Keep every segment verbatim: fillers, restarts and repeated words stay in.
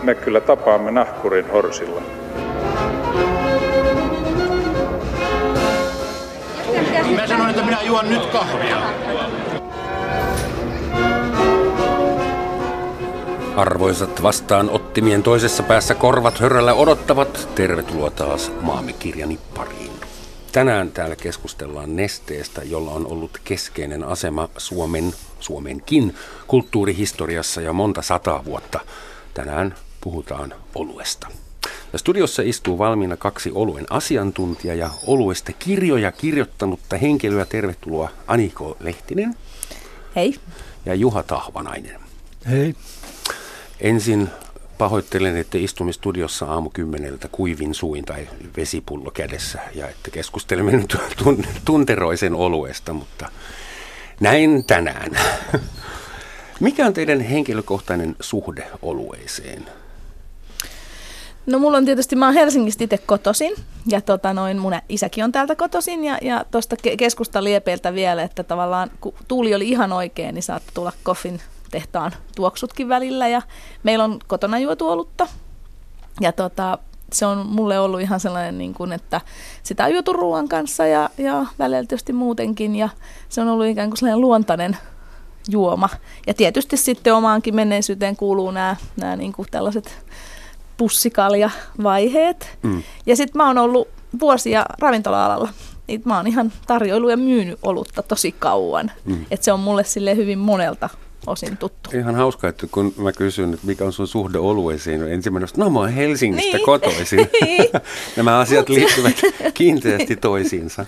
me kyllä tapaamme nahkurin horsilla. Mä sanoin, että minä juon nyt kahvia. Arvoisat vastaanottimien toisessa päässä korvat hörrällä odottavat. Tervetuloa taas Maamme kirjani pariin. Tänään täällä keskustellaan nesteestä, jolla on ollut keskeinen asema Suomen, Suomenkin kulttuurihistoriassa jo monta sataa vuotta. Tänään puhutaan oluesta. Ja studiossa istuu valmiina kaksi oluen asiantuntijaa ja oluesta kirjoja kirjoittanutta henkilöä. Tervetuloa Aniko Lehtinen. Hei. Ja Juha Tahvanainen. Hei. Ensin pahoittelen, että istumme studiossa aamu kymmeneltä kuivin suin tai vesipullo kädessä ja että keskustelemme nyt tunteroisen oluesta, mutta näin tänään. Mikä on teidän henkilökohtainen suhde olueeseen? No mulla on tietysti, mä oon Helsingistä itse kotoisin ja tota noin, mun isäkin on täältä kotoisin ja, ja tuosta keskustan liepeiltä vielä, että tavallaan kun tuuli oli ihan oikein, niin saattoi tulla koffin tehtaan tuoksutkin välillä ja meillä on kotona juotu olutta ja tota, se on mulle ollut ihan sellainen, niin kuin, että sitä on juotu ruoan kanssa ja, ja välillä tietysti muutenkin ja se on ollut ikään kuin sellainen luontainen juoma ja tietysti sitten omaankin menneisyyteen kuuluu nämä, nämä niin kuin tällaiset pussikaljavaiheet mm. ja sitten mä oon ollut vuosia ravintola-alalla. Niin mä oon ihan tarjoillut ja myynyt olutta tosi kauan, mm. että se on mulle silleen hyvin monelta osin tuttu. Ihan hauska, että kun mä kysyn, että mikä on sun suhde olueeseen, niin ensimmäinen on, no mä oon Helsingistä niin. kotoisin. Nämä asiat liittyvät kiinteästi toisiinsa.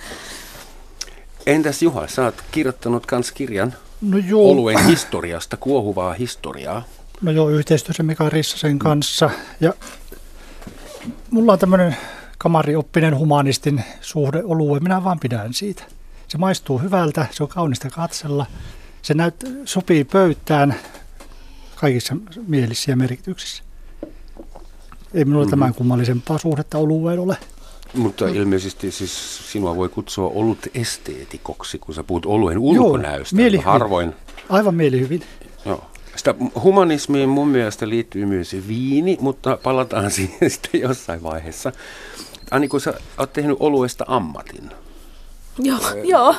Entäs Juha, sä oot kirjoittanut kans kirjan no joo. oluen historiasta, kuohuvaa historiaa. No joo, yhteistyössä Mika Rissasen kanssa. Ja mulla on tämmöinen kamarioppinen humanistin suhde olueen. Minä vaan pidän siitä. Se maistuu hyvältä, se on kaunista katsella. Se näyt, sopii pöytään kaikissa mielissä ja merkityksissä. Ei minulla mm-hmm. tämän kummallisempaa suhdetta olueen ole. Mutta ilmeisesti siis sinua voi kutsua olut esteetikoksi, kun sä puhut oluen ulkonäöstä. Joo, harvoin. Aivan mielihyvin. Joo. Sitä humanismiin mun mielestä liittyy myös viini, mutta palataan siihen sitten jossain vaiheessa. Aniko, sä oot tehnyt oluesta ammatin. Joo, joo.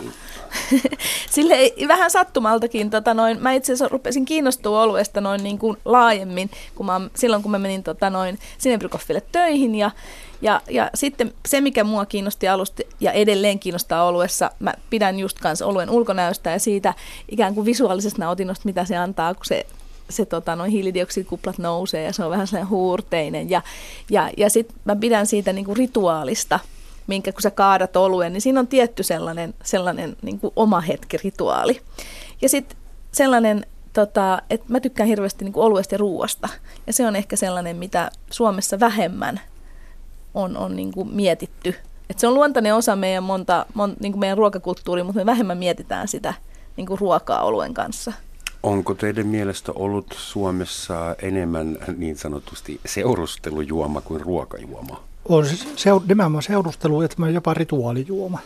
Sille vähän sattumaltakin. Tota noin, mä itse asiassa rupesin kiinnostua oluesta noin niin kuin laajemmin, kun mä, silloin kun mä menin tota noin Sinebrychoffille töihin. Ja, ja, ja sitten se, mikä mua kiinnosti alusta ja edelleen kiinnostaa oluessa, mä pidän just kanssa oluen ulkonäöstä ja siitä ikään kuin visuaalisesta nautinnosta, mitä se antaa, kun se se tota, noin hiilidioksidikuplat nousee ja se on vähän sellainen huurteinen. Ja, ja, ja sitten mä pidän siitä niin kuin rituaalista, minkä kun sä kaadat oluen, niin siinä on tietty sellainen, sellainen niin kuin oma hetki rituaali. Ja sitten sellainen, tota, että mä tykkään hirveästi niin kuin oluesta ja ruuasta. Ja se on ehkä sellainen, mitä Suomessa vähemmän on, on niin kuin mietitty. Et se on luontainen osa meidän, monta, mon, niin kuin meidän ruokakulttuuria, mutta me vähemmän mietitään sitä niin kuin ruokaa oluen kanssa. Onko teidän mielestä ollut Suomessa enemmän niin sanotusti seurustelujuoma kuin ruokajuoma? On se seu, nimenomaan seurustelu ja jopa rituaalijuoma.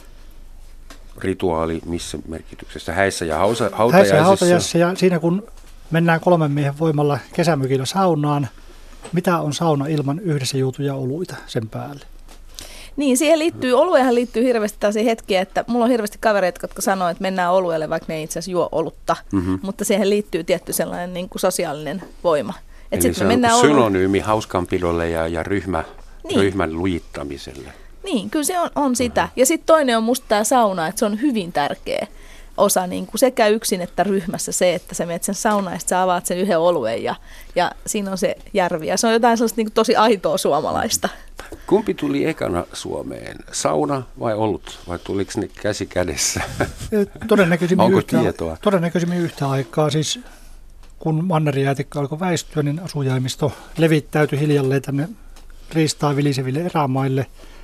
Rituaali missä merkityksessä? Häissä ja hausa, hautajaisissa? Häissä ja hautajaisissa ja siinä kun mennään kolmen miehen voimalla kesämökillä saunaan, mitä on sauna ilman yhdessä juotuja oluita sen päälle? Niin, siihen liittyy, oluehan liittyy hirveästi tällaisia hetkiä, että mulla on hirveästi kavereita, jotka sanoo, että mennään olueelle, vaikka ne ei itse asiassa juo olutta, mm-hmm. mutta siihen liittyy tietty sellainen niin kuin sosiaalinen voima. Et eli se on synonyymi hauskanpidolle ja, ja ryhmä, niin. ryhmän lujittamiselle. Niin, kyllä se on, on sitä. Ja sitten toinen on musta tämä sauna, että se on hyvin tärkeä osa niin kuin sekä yksin että ryhmässä se, että sä menet sen saunaan ja sä avaat sen yhden oluen ja, ja siinä on se järvi. Ja se on jotain sellaista niin kuin tosi aitoa suomalaista. Kumpi tuli ekana Suomeen? Sauna vai olut? Vai tuliko ne käsi kädessä? Todennäköisimmin Onko yhtä, tietoa? Todennäköisimmin yhtä aikaa. Siis kun mannerijäätikko alkoi väistyä, niin asujaimisto levittäytyi hiljalleen tänne riistaa viliseville erämaille.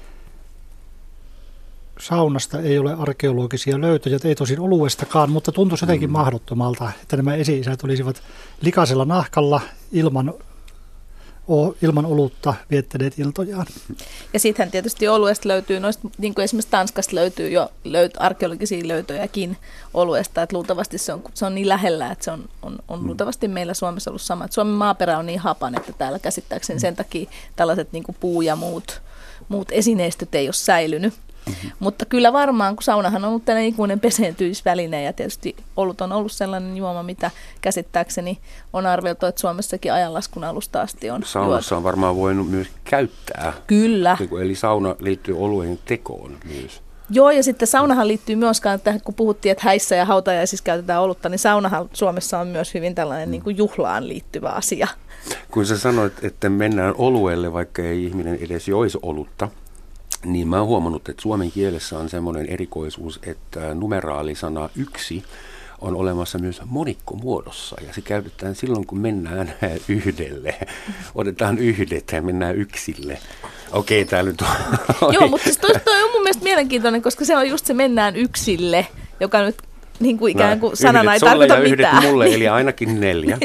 Saunasta ei ole arkeologisia löytöjä, ei tosin oluestakaan, mutta tuntui jotenkin mm. mahdottomalta, että nämä esi-isät olisivat likaisella nahkalla ilman ole ilman olutta viettäneet iltojaan. Ja sittenhän tietysti oluesta löytyy, noista, niin kuin esimerkiksi Tanskasta löytyy jo löyt, arkeologisia löytöjäkin oluesta, että luultavasti se on, se on niin lähellä, että se on, on, on luultavasti meillä Suomessa ollut sama. Että Suomen maaperä on niin hapan, että täällä käsittääkseni sen takia tällaiset niin kuin puu ja muut, muut esineistöt ei ole säilynyt. Mm-hmm. Mutta kyllä varmaan, kun saunahan on ollut tällainen ikuinen peseentyysväline ja tietysti olut on ollut sellainen juoma, mitä käsittääkseni on arveltu, että Suomessakin ajanlaskun alusta asti on Saunassa juotu. on varmaan voinut myös käyttää. Kyllä. Eli sauna liittyy oluen tekoon myös. Joo, ja sitten saunahan liittyy myös, että kun puhuttiin, että häissä ja hautajaisissa käytetään olutta, niin saunahan Suomessa on myös hyvin tällainen mm. niin kuin juhlaan liittyvä asia. Kun sä sanoit, että mennään oluelle, vaikka ei ihminen edes joisi olutta, niin mä oon huomannut, että suomen kielessä on semmoinen erikoisuus, että numeraalisana yksi on olemassa myös monikkomuodossa ja se käytetään silloin, kun mennään yhdelle. Otetaan yhdet ja mennään yksille. Okei, tää nyt on. Joo, mutta siis toi, toi on mun mielestä mielenkiintoinen, koska se on just se mennään yksille, joka nyt niin kuin ikään kuin sanana ei tarkoita mitään. Yhdet mulle, eli ainakin neljä.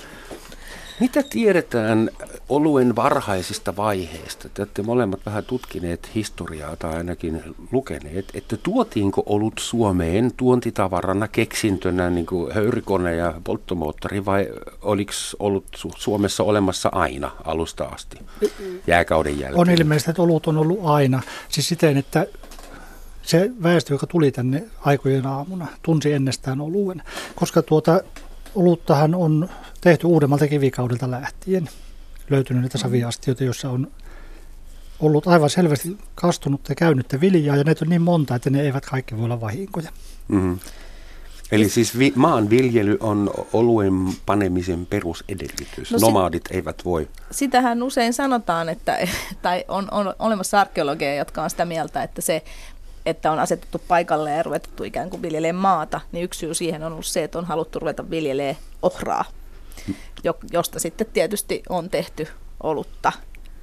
Mitä tiedetään oluen varhaisista vaiheista? Te olette molemmat vähän tutkineet historiaa tai ainakin lukeneet, että tuotiinko olut Suomeen tuontitavarana, keksintönä, niin kuin höyrikone ja polttomoottori, vai oliko ollut Suomessa olemassa aina alusta asti jääkauden jälkeen? On ilmeisesti, että olut on ollut aina. Siis siten, että se väestö, joka tuli tänne aikojen aamuna, tunsi ennestään oluen, koska tuota oluttahan on tehty uudemmalta kivikaudelta lähtien. Löytynyt näitä saviastioita, joissa on ollut aivan selvästi kastunut ja käynyttä viljaa, ja näitä on niin monta, että ne eivät kaikki voi olla vahinkoja. Mm-hmm. Eli siis vi- maanviljely on oluen panemisen perusedellytys. No Nomaadit sit, eivät voi. Sitähän usein sanotaan, että, tai on, on olemassa arkeologeja, jotka on sitä mieltä, että se että on asetettu paikalle ja ruvettu ikään kuin viljelemään maata, niin yksi syy siihen on ollut se, että on haluttu ruveta viljelemään ohraa, josta sitten tietysti on tehty olutta.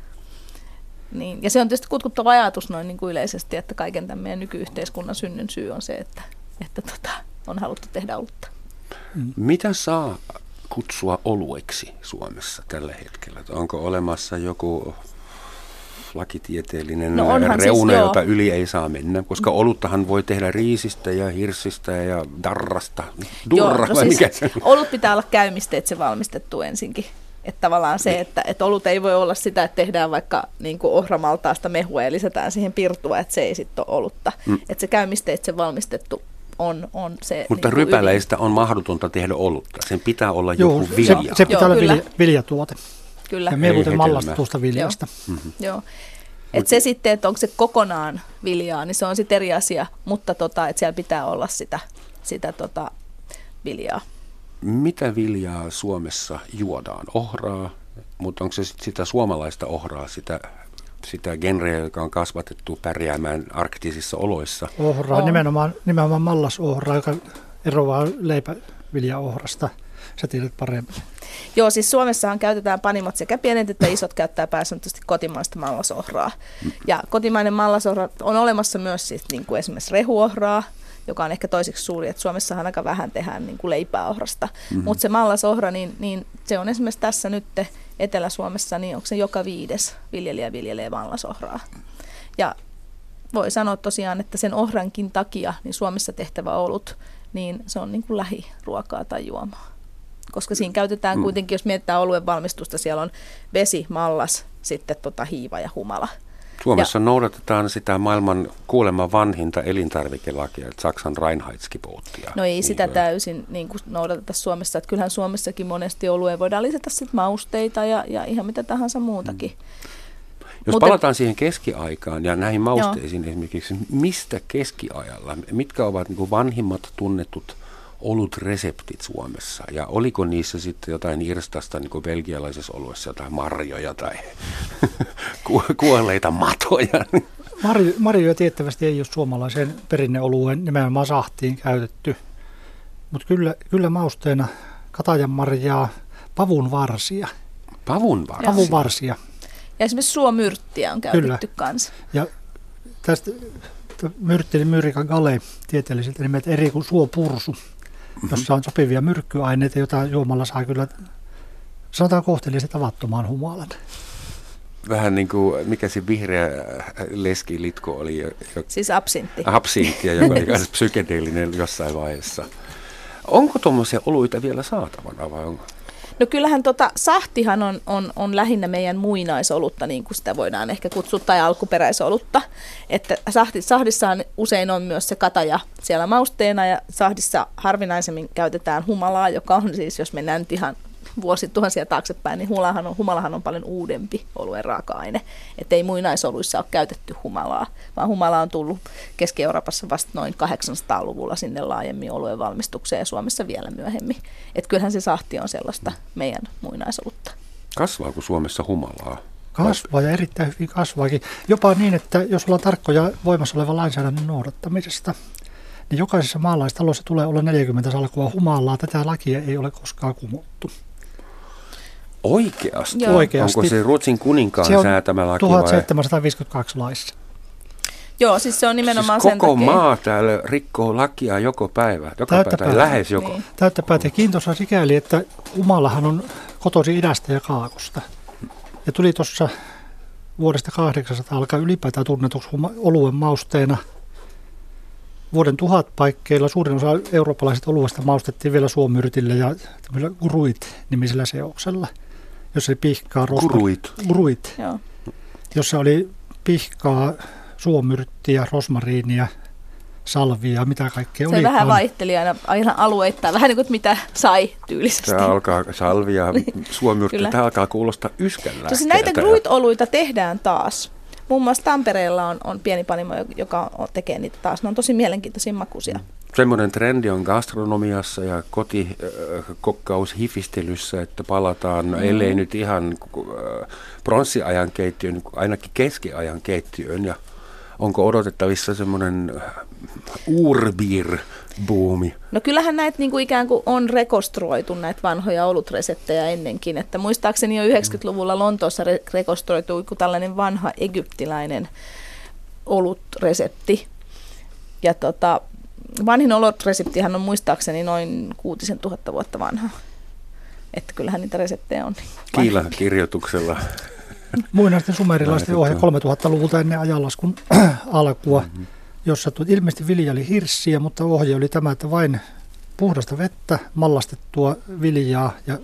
Niin, ja se on tietysti kutkuttava ajatus noin niin kuin yleisesti, että kaiken tämän meidän nykyyhteiskunnan synnyn syy on se, että, että tota, on haluttu tehdä olutta. Mitä saa kutsua olueksi Suomessa tällä hetkellä? Onko olemassa joku lakitieteellinen no reuna, siis, jota yli ei saa mennä, koska oluttahan voi tehdä riisistä ja hirsistä ja darrasta. Durra, joo, no siis mikä se? Olut pitää olla käymisteitse valmistettu ensinkin. Että tavallaan se, että, että olut ei voi olla sitä, että tehdään vaikka niin kuin ohramaltaasta mehua ja lisätään siihen pirtua, että se ei sitten ole olutta. Mm. Että se käymisteitse valmistettu on, on se. Mutta niin rypäleistä ydin. On mahdotonta tehdä olutta. Sen pitää olla joo, joku vilja. Se, se pitää joo, olla vilja, viljatuote. Kyllä. Ja mieluiten mallastetusta viljasta. Joo. Mm-hmm. Joo. Että se sitten, että onko se kokonaan viljaa, niin se on sitten eri asia, mutta tota, että siellä pitää olla sitä, sitä tota viljaa. Mitä viljaa Suomessa juodaan? Ohraa, mutta onko se sit sitä suomalaista ohraa, sitä, sitä genreä, joka on kasvatettu pärjäämään arktisissa oloissa? Ohraa, nimenomaan, nimenomaan mallasohraa, joka eroaa leipäviljaohrasta. Sä tiedät paremmin. Joo, siis Suomessahan käytetään panimot sekä pienet että isot käyttää pääsääntöisesti kotimaista mallasohraa. Ja kotimainen mallasohra on olemassa myös siis niin kuin esimerkiksi rehuohraa, joka on ehkä toiseksi suuri, että Suomessahan aika vähän tehdään niin kuin leipäohrasta. Mm-hmm. Mutta se mallasohra, niin, niin se on esimerkiksi tässä nyt Etelä-Suomessa, niin onko se joka viides viljelijä viljelee mallasohraa. Ja voi sanoa tosiaan, että sen ohrankin takia niin Suomessa tehtävä olut, niin se on niin kuin lähiruokaa tai juomaa. Koska siinä käytetään kuitenkin, jos mietitään oluen valmistusta, siellä on vesi, mallas, sitten tota hiiva ja humala. Suomessa ja noudatetaan sitä maailman kuulemma vanhinta elintarvikelakia, Saksan Reinheitsgebottia. No ei niin sitä täysin niin kuin noudateta Suomessa. Että kyllähän Suomessakin monesti olueen voidaan lisätä sit mausteita ja, ja ihan mitä tahansa muutakin. Hmm. Jos Mutta, palataan siihen keskiaikaan ja näihin mausteisiin joo. esimerkiksi, mistä keskiajalla, mitkä ovat niin kuin vanhimmat tunnetut olutreseptit Suomessa, ja oliko niissä sitten jotain irstasta niin kuin belgialaisessa oluessa, jotain marjoja tai kuolleita matoja? Marjo, marjoja tiettävästi ei ole suomalaiseen perinneolueen nimenomaan sahtiin käytetty, mutta kyllä, kyllä mausteena katajanmarjaa, pavun varsia. Pavun varsia? Pavun varsia. Ja esimerkiksi suomyrttiä on käytetty kanssa. Ja tästä myrtti, myrika gale tieteelliseltä nimeltä eri kuin suopursu, jossa on sopivia myrkkyaineita, joita juomalla saa kyllä sanotaan kohteliaisesti tavattomaan humalan. Vähän niin kuin, mikä se vihreä leskilitko oli? Jo, siis absintti. Absinttia, joka oli myös psykedeellinen jossain vaiheessa. Onko tuommoisia oluita vielä saatavana vai onko? No kyllähän tota, sahtihan on, on, on lähinnä meidän muinaisolutta, niin kuin sitä voidaan ehkä kutsua, tai alkuperäisolutta. Että sahti, sahdissaan usein on myös se kataja siellä mausteena, ja sahdissa harvinaisemmin käytetään humalaa, joka on siis, jos mennään nyt ihan vuosituhansia taaksepäin, niin humalahan on, humalahan on paljon uudempi oluen raaka-aine. Että ei muinaisoluissa ole käytetty humalaa, vaan humala on tullut Keski-Euroopassa vasta noin kahdeksansataaluvulla sinne laajemmin oluen valmistukseen ja Suomessa vielä myöhemmin. Että kyllähän se sahti on sellaista meidän muinaisolutta. Kasvaako Suomessa humalaa? Kasvaa ja erittäin hyvin kasvaakin. Jopa niin, että jos ollaan tarkkoja voimassa olevan lainsäädännön noudattamisesta, niin jokaisessa maalaistalossa tulee olla neljäkymmentä salkua humalaa. Tätä lakia ei ole koskaan kumottu. Oikeasti? Oikeasti. Onko se Ruotsin kuninkaan se on säätämä laki vai? tuhatseitsemänsataaviisikymmentäkaksi laissa. Joo, siis se on nimenomaan siis sen koko takia. maa täällä rikkoo lakia joko päivä, joka Täyttä päivä, tai lähes joko. Niin. Täyttä päät ja kiintoisa sikäli, että humalahan on kotoisin idästä ja kaakosta. Ja tuli tuossa vuodesta kahdeksansataa alkaa ylipäätään tunnetuksi huma- oluen mausteena. Vuoden tuhat paikkeilla suurin osa eurooppalaisista oluesta maustettiin vielä suomyrtillä ja gruit-nimisellä seoksella, jossa oli pihkaa, rosma... Gruit. Gruit, Joo. jossa oli pihkaa, suomyrttiä, rosmariinia, salvia, mitä kaikkea Se oli. vähän vaihteli aina, aina alueittain, vähän niin kuin mitä sai tyylisesti. Tämä alkaa salvia, suomyrtti, tämä alkaa kuulostaa yskänlääkkeeltä. Siis näitä gruit-oluita tehdään taas. Muun muassa Tampereella on, on pieni panimo, joka on, tekee niitä taas. Ne on tosi mielenkiintoisia makuisia. Semmoinen trendi on gastronomiassa ja kotikokkaus-hifistelyssä, että palataan, mm. ellei nyt ihan pronssiajan keittiön, ainakin keskiajan keittiöön. Ja onko odotettavissa semmoinen urbier-buumi? No kyllähän näitä niin kuin ikään kuin on rekonstruoitu näitä vanhoja olutreseptejä ennenkin. Että muistaakseni jo yhdeksänkymmentäluvulla Lontoossa re- rekonstruoitui tällainen vanha egyptiläinen olutresepti. Ja tota, vanhin olutreseptihan on muistaakseni noin kuutisen tuhatta vuotta vanha. Että kyllähän niitä reseptejä on. Kiilakirjoituksella. Muinaisten sumerilaisten ohje kolmetuhattaluvulta ennen ajanlaskun alkua, mm-hmm. jossa ilmeisesti viljeli hirssiä, mutta ohje oli tämä, että vain puhdasta vettä, mallastettua viljaa ja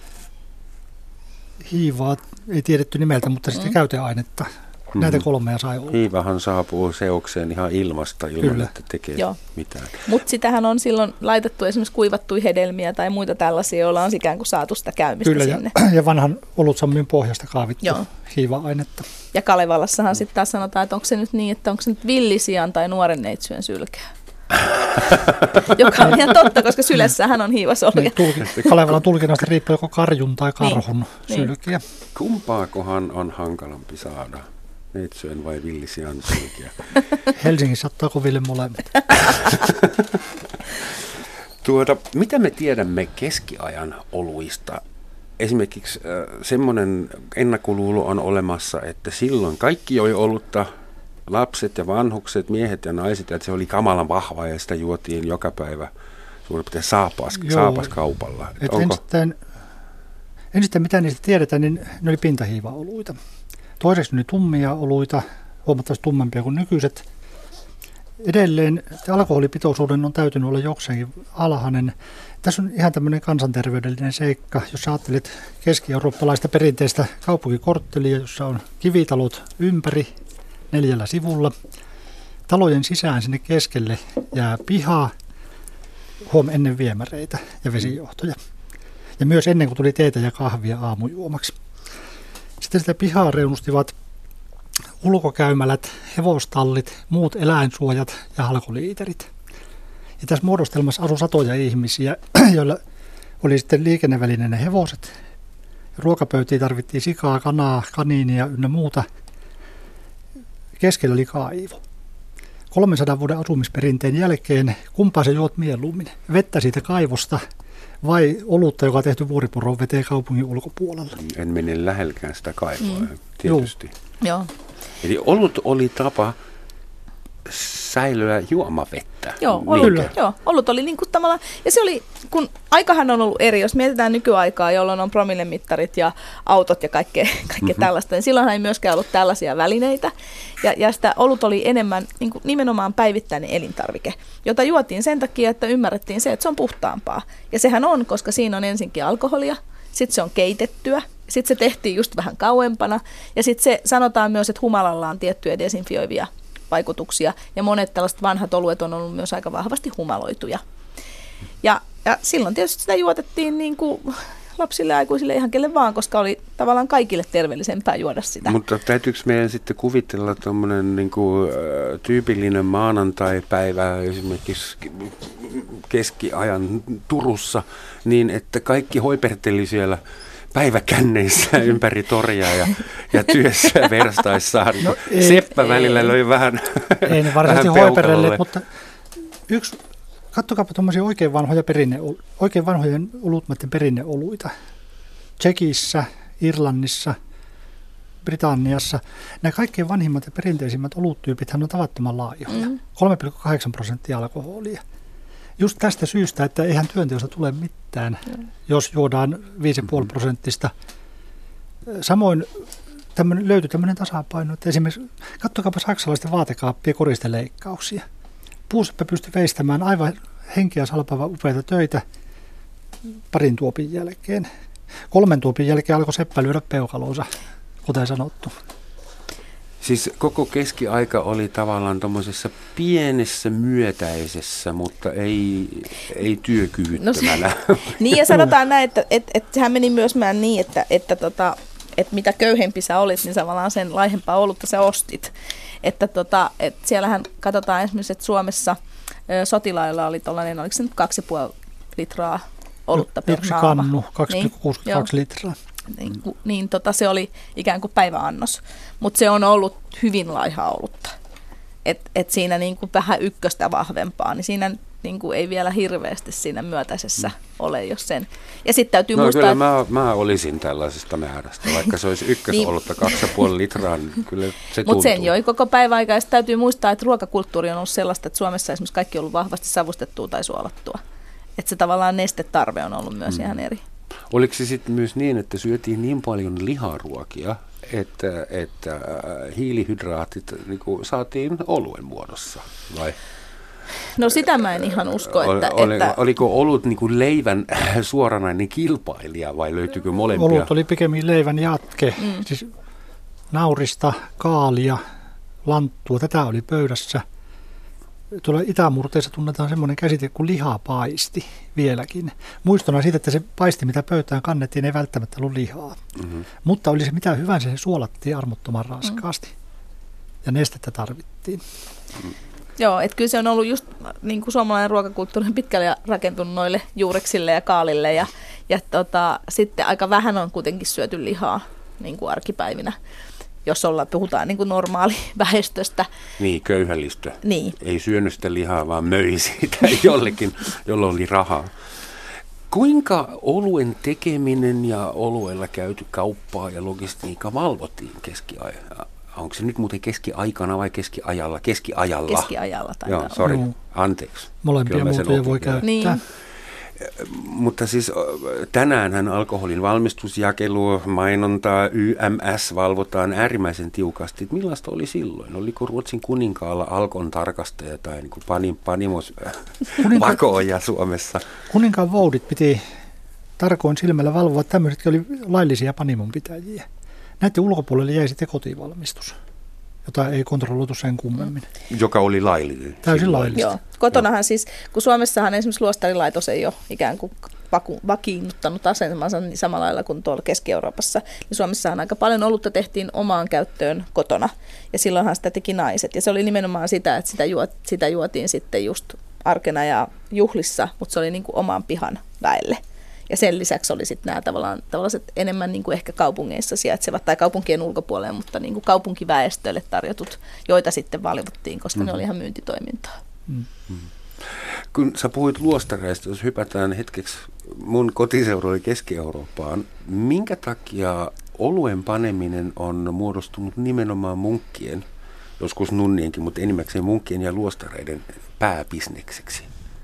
hiivaa, ei tiedetty nimeltä, mutta sitten mm. käyteainetta. Näitä mm. kolmea sai olla. Hiivahan saapuu seokseen ihan ilmasta ilman, Kyllä. että tekee Joo. mitään. Mutta sitähän on silloin laitettu esimerkiksi kuivattuja hedelmiä tai muita tällaisia, joilla on ikään kuin saatu sitä käymistä Kyllä, sinne. Ja, ja vanhan olutsammin pohjasta kaavittu Joo. hiiva-ainetta. Ja Kalevalassahan sitten taas sanotaan, että onko se nyt niin, että onko se nyt villisian tai nuoren neitsyön sylkeä. Joka on ihan totta, koska sylessähän on hiivasolja. Niin, tulki, Kalevalan tulkinnasta riippuu joko karjun tai karhun niin, sylkeä. Niin. Kumpaakohan on hankalampi saada? Neitsyön vai villisian sylkeä? Helsingissä ottaa koville molemmat. tuota, mitä me tiedämme keskiajan oluista? Esimerkiksi äh, semmoinen ennakkoluulo on olemassa, että silloin kaikki joi olutta, lapset ja vanhukset, miehet ja naiset, että se oli kamalan vahvaa ja sitä juotiin joka päivä suurin piirtein saapas, saapaskaupalla. Et onko... Ensittäin, ensittäin mitä niistä tiedetään, niin ne oli pintahiiva-oluita. Toiseksi ne oli tummia oluita, huomattavasti tummempia kuin nykyiset. Edelleen alkoholipitoisuuden on täytynyt olla jokseenkin alhainen. Tässä on ihan tämmöinen kansanterveydellinen seikka, jos ajattelet keski-eurooppalaista perinteistä kaupunkikorttelia, jossa on kivitalot ympäri neljällä sivulla. Talojen sisään sinne keskelle jää piha, huom ennen viemäreitä ja vesijohtoja. Ja myös ennen kuin tuli teetä ja kahvia aamujuomaksi. Sitten sitä pihaa reunustivat ulkokäymälät, hevostallit, muut eläinsuojat ja halkoliiterit. Ja tässä muodostelmassa asui satoja ihmisiä, joilla oli sitten liikennevälineenä hevoset. Ruokapöytiin tarvittiin sikaa, kanaa, kaniinia ynnä muuta. Keskellä oli kaivo. kolmensadan vuoden asumisperinteen jälkeen kumpaa sä juot mieluummin? Vettä siitä kaivosta vai olutta, joka on tehty Vuoripuron veteen kaupungin ulkopuolella? En mene lähellekään sitä kaivoa, mm. tietysti. Joo. Eli olut oli tapa säilöä juomavettä. Joo, olut, joo, olut oli niin kuin tavallaan, ja se oli, kun aikahan on ollut eri, jos mietitään nykyaikaa, jolloin on promillemittarit ja autot ja kaikkea, kaikkea mm-hmm. tällaista, niin silloinhan ei myöskään ollut tällaisia välineitä, ja, ja sitä olut oli enemmän niin kuin nimenomaan päivittäinen elintarvike, jota juotiin sen takia, että ymmärrettiin se, että se on puhtaampaa, ja sehän on, koska siinä on ensinkin alkoholia, sitten se on keitettyä, sitten se tehtiin just vähän kauempana, ja sitten se sanotaan myös, että humalalla on tiettyjä desinfioivia vaikutuksia, ja monet tällaiset vanhat oluet on ollut myös aika vahvasti humaloituja. Ja, ja silloin tietysti sitä juotettiin niin kuin lapsille ja aikuisille ihan kelle vaan, koska oli tavallaan kaikille terveellisempää juoda sitä. Mutta täytyykö meidän sitten kuvitella tuommoinen niin kuin, ä, tyypillinen maanantai-päivä esimerkiksi keskiajan Turussa, niin että kaikki hoiperteli siellä päiväkänneissä ympäri toria ja, ja työssä verstaissaan. No, Seppä ei, välillä löi vähän ei ne varsinaisesti hoiperelleet, mutta yksi, katsokaapa tuommoisia oikein vanhoja perinne, oikein vanhojen olutmaiden perinneoluita. Tsekissä, Irlannissa, Britanniassa. Nämä kaikkein vanhimmat ja perinteisimmät oluttyypithän on tavattoman laajoja. Mm. kolme pilkku kahdeksan prosenttia alkoholia. Just tästä syystä, että eihän työnteosta tule mitään, mm. jos juodaan viisi pilkku viisi prosenttista. Samoin tämmönen, löytyi tämmöinen tasapaino, että esimerkiksi katsokaapa saksalaisten vaatekaappia koristeleikkauksia. Puuseppä pystyi veistämään aivan henkeä salpava upeita töitä parin tuopin jälkeen. Kolmen tuopin jälkeen alkoi seppä lyödä peukalonsa, kuten sanottu. Siis koko keskiaika oli tavallaan tuommoisessa pienessä myötäisessä, mutta ei, ei työkyvyttömänä. No, niin ja sanotaan näin, että, että, että sehän meni myös meidän niin, että, että, tota, että mitä köyhempi sä olit, niin tavallaan sen laihempaa olutta sä ostit. Että, tota, että siellähän katsotaan esimerkiksi, että Suomessa ö, sotilailla oli tuollainen, oliko se nyt kaksi pilkku viisi litraa olutta per naama. Kannu, kaksi pilkku kuusikymmentäkaksi niin, litraa. Niin, niin tota, se oli ikään kuin päiväannos, mutta se on ollut hyvin laihaa olutta. Et, et siinä niin kuin vähän ykköstä vahvempaa, niin siinä niin kuin ei vielä hirveästi siinä myötäisessä ole, jos sen. Ja sitten täytyy no, muistaa, kyllä mä, mä olisin tällaisesta määrästä, vaikka se olisi ykkösolutta niin, kaksi pilkku viisi litraa, niin kyllä se tuntuu. Mutta sen joi koko päivä aikaa, ja täytyy muistaa, että ruokakulttuuri on ollut sellaista, että Suomessa esimerkiksi kaikki on ollut vahvasti savustettua tai suolattua. Että se tavallaan nestetarve on ollut myös mm. ihan eri. Oliko se sitten myös niin, että syötiin niin paljon liharuokia, että, että hiilihydraatit niin kuin saatiin oluen muodossa, vai? No sitä mä en ihan usko, että... Oli, että oliko olut niin kuin leivän suoranainen kilpailija vai löytyykö molempia? Olut oli pikemmin leivän jatke, mm. siis naurista, kaalia, lanttua, tätä oli pöydässä. Tuolla itämurteissa tunnetaan semmoinen käsite kuin lihapaisti vieläkin. Muistona siitä, että se paisti, mitä pöytään kannettiin, ei välttämättä ollut lihaa. Mm-hmm. Mutta oli se mitä hyvänsä, se suolattiin armottoman raskaasti. Mm. Ja nestettä tarvittiin. Mm. Joo, että kyllä se on ollut just niin kuin suomalainen ruokakulttuuri pitkälle rakentunut noille juureksille ja kaalille. Ja, ja tota, sitten aika vähän on kuitenkin syöty lihaa niin kuin arkipäivinä. Jos ollaan, puhutaan niin kuin normaali väestöstä. Niin, köyhällistö. Niin. Ei syönyt sitä lihaa, vaan möi siitä jollekin, jolla oli rahaa. Kuinka oluen tekeminen ja oluella käyty kauppaa ja logistiikka valvottiin keskiajalla? Onko se nyt muuten keskiaikana vai keskiajalla? Keskiajalla. Keskiajalla taitaa Joo, sori, anteeksi. Molempia muotoja voi käyttää. Niin. Mutta siis tänäänhän alkoholin valmistusjakelu, mainontaa, Y M S valvotaan äärimmäisen tiukasti. Millaista oli silloin? Oliko Ruotsin kuninkaalla Alkon tarkastaja tai niin kuin panim, panimos vakooja Suomessa? Kuninkaan voudit piti tarkoin silmällä valvoa. Tämmöisetkin oli laillisia panimonpitäjiä. Näiden ulkopuolelle jäi sitten kotivalmistus, jota ei kontrolloitu sen kummemmin. Joka oli laillinen. Täysin laillista. Joo. Kotonahan siis, kun Suomessahan esimerkiksi luostarilaitos ei ole ikään kuin vaku, vakiinnuttanut asemansa niin samalla lailla kuin tuolla Keski-Euroopassa, niin Suomessahan aika paljon olutta tehtiin omaan käyttöön kotona. Ja silloinhan sitä teki naiset. Ja se oli nimenomaan sitä, että sitä, juot, sitä juotiin sitten just arkena ja juhlissa, mutta se oli niin kuin oman pihan väelle. Ja sen lisäksi oli sitten nämä tavallaan, tällaiset enemmän niin kuin ehkä kaupungeissa sijaitsevat tai kaupunkien ulkopuolella, mutta niin kuin kaupunkiväestölle tarjotut, joita sitten valvottiin, koska mm-hmm. ne oli ihan myyntitoimintaa. Mm-hmm. Kun sä puhuit luostareista, jos hypätään hetkeksi mun kotiseudulle Keski-Eurooppaan, minkä takia oluen paneminen on muodostunut nimenomaan munkkien joskus nunnienkin, mutta enimmäkseen munkkien ja luostareiden pääbisnekseksi?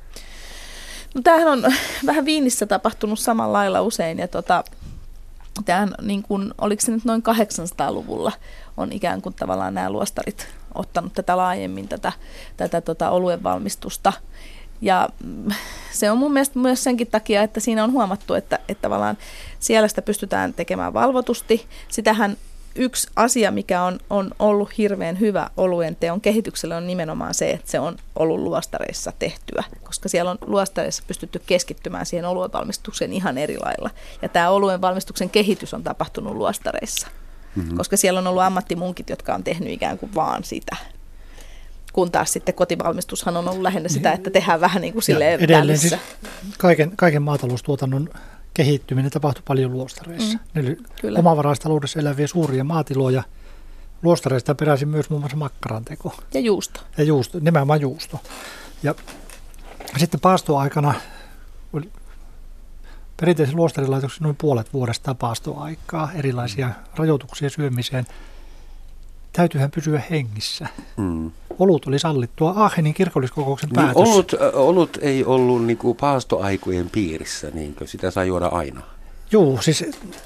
No tämähän on vähän Viinissä tapahtunut samalla lailla usein ja tota, tämähän niin kuin, oliko se nyt noin kahdeksansataaluvulla on ikään kuin tavallaan nämä luostarit ottanut tätä laajemmin tätä, tätä tota, oluen valmistusta. Ja se on mun mielestä myös senkin takia, että siinä on huomattu, että, että tavallaan siellä sitä pystytään tekemään valvotusti. Sitähän yksi asia, mikä on, on ollut hirveän hyvä oluen teon kehitykselle, on nimenomaan se, että se on ollut luostareissa tehtyä, koska siellä on luostareissa pystytty keskittymään siihen oluen valmistukseen ihan eri lailla. Ja tämä oluen valmistuksen kehitys on tapahtunut luostareissa, mm-hmm. koska siellä on ollut ammattimunkit, jotka on tehnyt ikään kuin vaan sitä. Kun taas sitten kotivalmistushan on ollut lähinnä sitä, että tehdään vähän niin kuin silleen edelleen välissä. Siis kaiken, kaiken maataloustuotannon kehittyminen tapahtui paljon luostareissa. Mm, ne oli omavaraistaloudessa eläviä suuria maatiloja. Luostareista peräisin myös muun muassa makkaranteko. Ja juusto. Ja juusto, nimenomaan juusto. Ja sitten paastoaikana oli perinteisen luostarilaitoksen noin puolet vuodesta paastoaikaa, erilaisia rajoituksia syömiseen. Täytyyhän pysyä hengissä. Mm. Olut oli sallittua. Aachenin kirkolliskokouksen niin päätös. Olut, olut ei ollut niinku paastoaikojen piirissä, niinkö? Sitä sai juoda aina. Joo, siis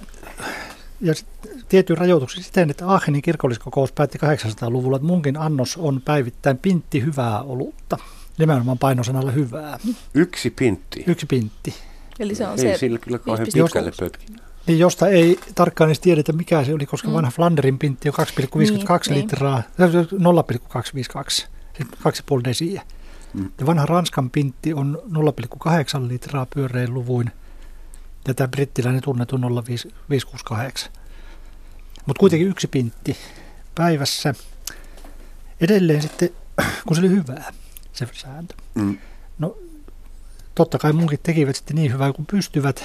ja tietyin rajoituksia siten, että Aachenin kirkolliskokous päätti kahdeksansataaluvulla, että munkin annos on päivittäin pintti hyvää olutta. Nimenomaan painosanalla hyvää. Yksi pintti? Yksi pintti. Eli se on ei se sillä kyllä kauhean pitkälle pötkin. Niin, josta ei tarkkaan edes tiedetä, mikä se oli, koska mm. vanha Flanderin pintti on kaksi pilkku viisikymmentäkaksi niin, litraa, nolla pilkku kaksisataaviisikymmentäkaksi, siis kaksi pilkku viisi desiä. Mm. Ja vanha Ranskan pintti on nolla pilkku kahdeksan litraa pyörein luvuin, ja tämä brittiläinen tunnettu nolla pilkku viisisataakuusikymmentäkahdeksan. Mutta kuitenkin yksi pintti päivässä. Edelleen sitten, kun se oli hyvää, se sääntö. Mm. No, totta kai munkit tekivät sitten niin hyvää kuin pystyvät.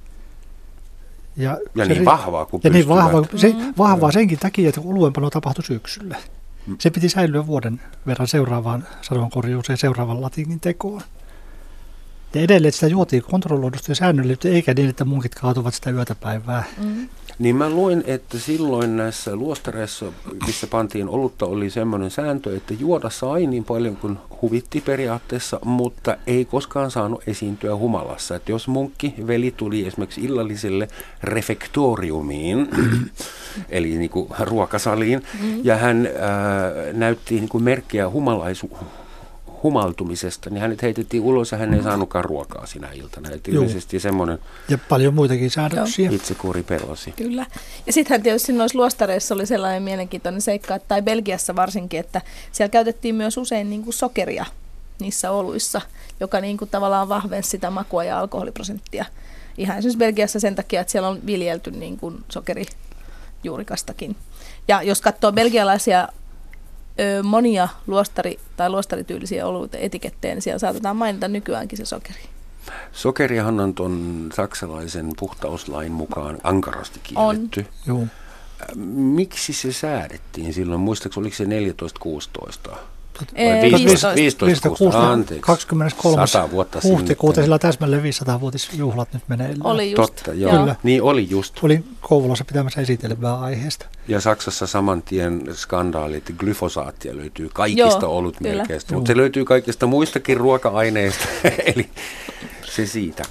Ja, ja se, niin vahvaa kuin ja pystyvät. Niin vahvaa, se, vahvaa senkin takia, että kun oluenpano tapahtui syksyllä. Mm. Se piti säilyä vuoden verran seuraavaan sadonkorjuuseen, seuraavan latinin tekoon. Ja edelleen sitä juotiin kontrolloidusti ja säännöllisesti, eikä niin, että munkit kaatuvat sitä yötä päivää. Mm. Niin mä luin, että silloin näissä luostareissa, missä pantiin olutta, oli semmoinen sääntö, että juoda sai niin paljon kuin huvitti periaatteessa, mutta ei koskaan saanut esiintyä humalassa. Että jos munkki veli tuli esimerkiksi illalliselle refektoriumiin, eli niin kuin ruokasaliin, mm. ja hän ää, näytti niin kuin merkkiä humalaisu humaltumisesta, niin hänet heitettiin ulos ja hän ei saanutkaan ruokaa sinä iltana. Että yleisesti semmoinen ja paljon muitakin säädöksiä. Itsekuuri pelasi. Kyllä. Ja sittenhän tietysti noissa luostareissa oli sellainen mielenkiintoinen seikka, että, tai Belgiassa varsinkin, että siellä käytettiin myös usein niin kuin sokeria niissä oluissa, joka niin kuin tavallaan vahvensi sitä makua ja alkoholiprosenttia. Ihan esimerkiksi Belgiassa sen takia, että siellä on viljelty niin kuin sokerijuurikastakin. Ja jos katsoo belgialaisia monia luostari- tai luostarityylisiä oluita etikettejä, niin siellä saatetaan mainita nykyäänkin se sokeri. Sokerihan on tuon saksalaisen puhtauslain mukaan ankarasti kielletty. On. Miksi se säädettiin silloin? Muistaaks, oliko se neljätoista kuusitoista? viisitoista kaksikymmentäkolme vuotta huhtikuuta, sillä täsmälleen viisisataa-vuotisjuhlat nyt meneillään. Oli just. Totta, joo. Kyllä. Niin oli just. Olin Kouvolassa pitämässä esitelmää aiheesta. Ja Saksassa saman tien skandaali, että glyfosaattia löytyy kaikista olutmerkeistä, mutta se löytyy kaikista muistakin ruoka-aineista, eli se siitä.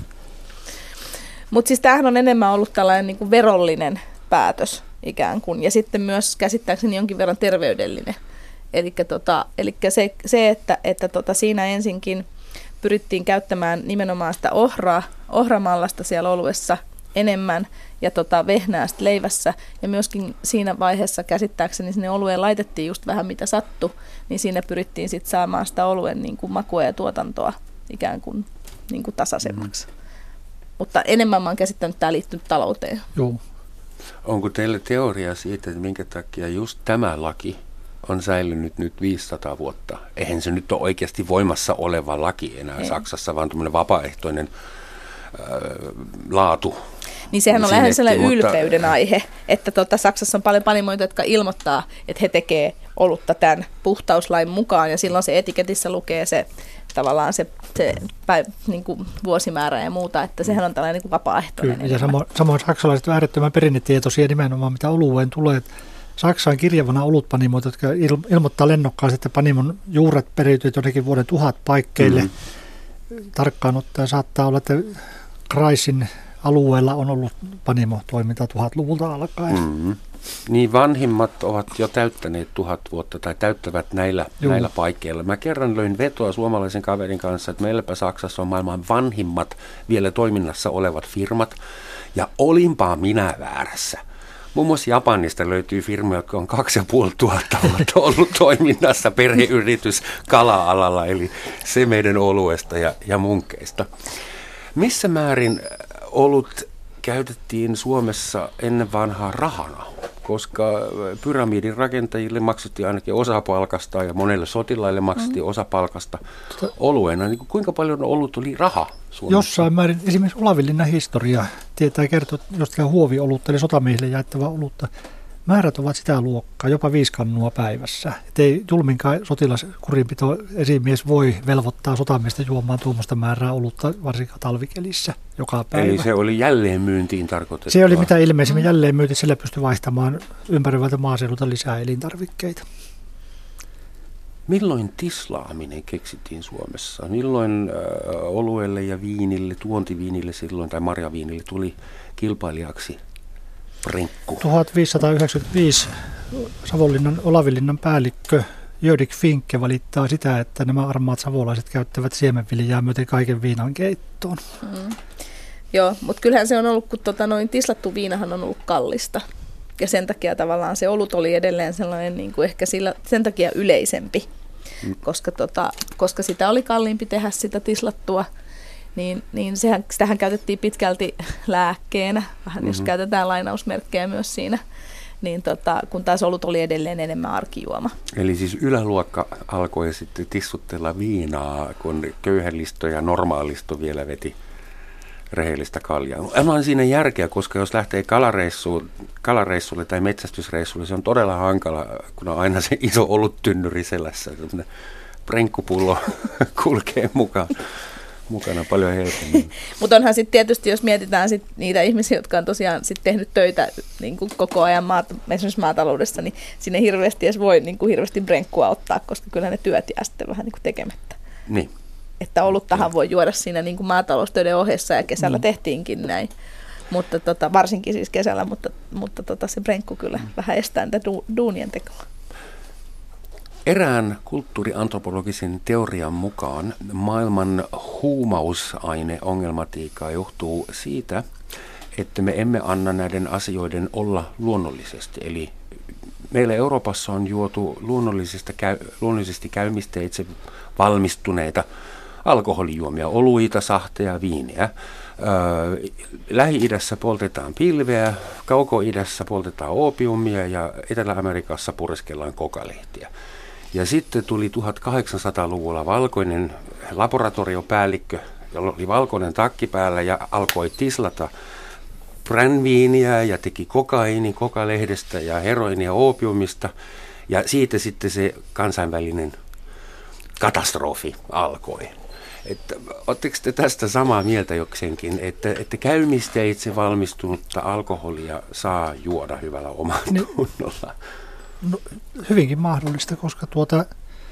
Mutta siis tämähän on enemmän ollut tällainen niin kuin verollinen päätös ikään kuin, ja sitten myös käsittääkseni jonkin verran terveydellinen. Elikkä tota, elikkä se, se, että, että tota siinä ensinkin pyrittiin käyttämään nimenomaan sitä ohraa, ohramallasta siellä oluessa enemmän ja tota vehnäästä leivässä. Ja myöskin siinä vaiheessa käsittääkseni sinne olueen laitettiin just vähän mitä sattui, niin siinä pyrittiin sitten saamaan sitä oluen niin kuin makua ja tuotantoa ikään kuin, niin kuin tasaisemmaksi. Mm. Mutta enemmän mä oon käsittänyt, että tämä liittyy talouteen. Joo. Onko teillä teoria siitä, että minkä takia just tämä laki on säilynyt nyt viisisataa vuotta? Eihän se nyt ole oikeasti voimassa oleva laki enää Ei. Saksassa, vaan tämmöinen vapaaehtoinen äh, laatu. Niin sehän on lähinnä sellainen mutta ylpeyden aihe, että tota, Saksassa on paljon panimoita, jotka ilmoittaa, että he tekee olutta tämän puhtauslain mukaan, ja silloin se etiketissä lukee se tavallaan se, se päiv, niin kuin vuosimäärä ja muuta, että sehän on tällainen niin kuin vapaaehtoinen. Kyllä, ja samoin, samoin saksalaiset ovat äärettömän perinnetietoisia nimenomaan, mitä olueen tulee. Saksaan kirjavana olutpanimoita, jotka il- ilmoittaa lennokkaasti, että panimon juuret periytyvät jonnekin vuoden tuhat paikkeille. Mm-hmm. Tarkkaan ottaen saattaa olla, että Kreisin alueella on ollut panimotoiminta tuhatluvulta alkaen. Mm-hmm. Niin vanhimmat ovat jo täyttäneet tuhat vuotta tai täyttävät näillä, näillä paikkeilla. Mä kerran löin vetoa suomalaisen kaverin kanssa, että meilläpä Saksassa on maailman vanhimmat vielä toiminnassa olevat firmat. Ja olinpa minä väärässä. Muun muassa Japanista löytyy firma, joka on kaksi ja puoli tuhatta vuotta ollut toiminnassa, perheyritys kala-alalla, eli se meidän oluesta ja, ja munkeista. Missä määrin olut käytettiin Suomessa ennen vanhaa rahana? Koska pyramidin rakentajille maksettiin ainakin osa palkasta ja monelle sotilaille maksettiin osa palkasta oluena. Niin kuinka paljon olut oli raha Suomessa? Jossain määrin esimerkiksi Olavinlinnan historia tietää kertoa jostain huoviolutta, eli sotamiehille jaettavaa olutta. Määrät ovat sitä luokkaa, jopa viisi kannua päivässä. Et ei julminkaan sotilaskurinpito esimies voi velvoittaa sotamiestä juomaan tuommoista määrää olutta, varsinkaan talvikelissä joka päivä. Eli se oli jälleen myyntiin tarkoitettua? Se oli mitä ilmeisimmin jälleen myynti, sillä pystyi vaihtamaan ympäröivältä maaseudulta lisää elintarvikkeita. Milloin tislaaminen keksittiin Suomessa? Milloin äh, oluelle ja viinille, tuontiviinille silloin tai marjaviinille tuli kilpailijaksi prenkku? tuhatviisisataayhdeksänkymmentäviisi Savonlinnan Olavinlinnan päällikkö Jörik Finke valittaa sitä, että nämä armaat savolaiset käyttävät siemenviljaa myöten kaiken viinan keittoon. Mm. Joo, mutta kyllähän se on ollut, kun tota, noin tislattu viinahan on ollut kallista. Ja sen takia tavallaan se olut oli edelleen sellainen niin kuin ehkä sillä, sen takia yleisempi, mm. koska, tota, koska sitä oli kalliimpi tehdä sitä tislattua. Niin, niin sehän, sitähän käytettiin pitkälti lääkkeenä, vähän mm-hmm. jos käytetään lainausmerkkejä myös siinä, niin tota, kun taas olut oli edelleen enemmän arkijuoma. Eli siis yläluokka alkoi sitten tissuttella viinaa, kun köyhälisto ja normaalisto vielä veti rehellistä kaljaa. On siinä järkeä, koska jos lähtee kalareissuun, kalareissulle tai metsästysreissulle, se on todella hankala, kun on aina se iso oluttynnyri selässä. Prenkkupullo kulkee mukaan. Mukana paljon helpommin. Mutta onhan sitten tietysti, jos mietitään sit niitä ihmisiä, jotka on tosiaan sit tehnyt töitä niin kuin koko ajan maata, esimerkiksi maataloudessa, niin sinne hirveästi edes voi niin kuin hirveästi brenkkua ottaa, koska kyllä ne työt jää sitten vähän niin kuin tekemättä. Niin. Että oluttahan voi juoda siinä niin kuin maataloustöiden ohessa ja kesällä mm. tehtiinkin näin. Mutta tota, varsinkin siis kesällä, mutta, mutta tota, se brenkku kyllä mm. vähän estää niitä du- duunien tekoa. Erään kulttuuriantropologisen teorian mukaan maailman huumausaineongelmatiikka johtuu siitä, että me emme anna näiden asioiden olla luonnollisesti. Eli meillä Euroopassa on juotu luonnollisista käy, luonnollisesti käymisteitse valmistuneita alkoholijuomia, oluita, sahteja, viiniä. Öö, Lähi-idässä poltetaan pilveä, Kauko-idässä poltetaan oopiumia ja Etelä-Amerikassa pureskellaan kokalehtiä. Ja sitten tuli tuhatkahdeksansataaluvulla valkoinen laboratoriopäällikkö, jolla oli valkoinen takki päällä ja alkoi tislata brännviiniä ja teki kokaiini kokalehdestä ja heroinia oopiumista. Ja siitä sitten se kansainvälinen katastrofi alkoi. Että, oletteko te tästä samaa mieltä jokseenkin, että, että käymisteitse valmistunutta alkoholia saa juoda hyvällä omalla tunnolla? No, hyvinkin mahdollista, koska tuota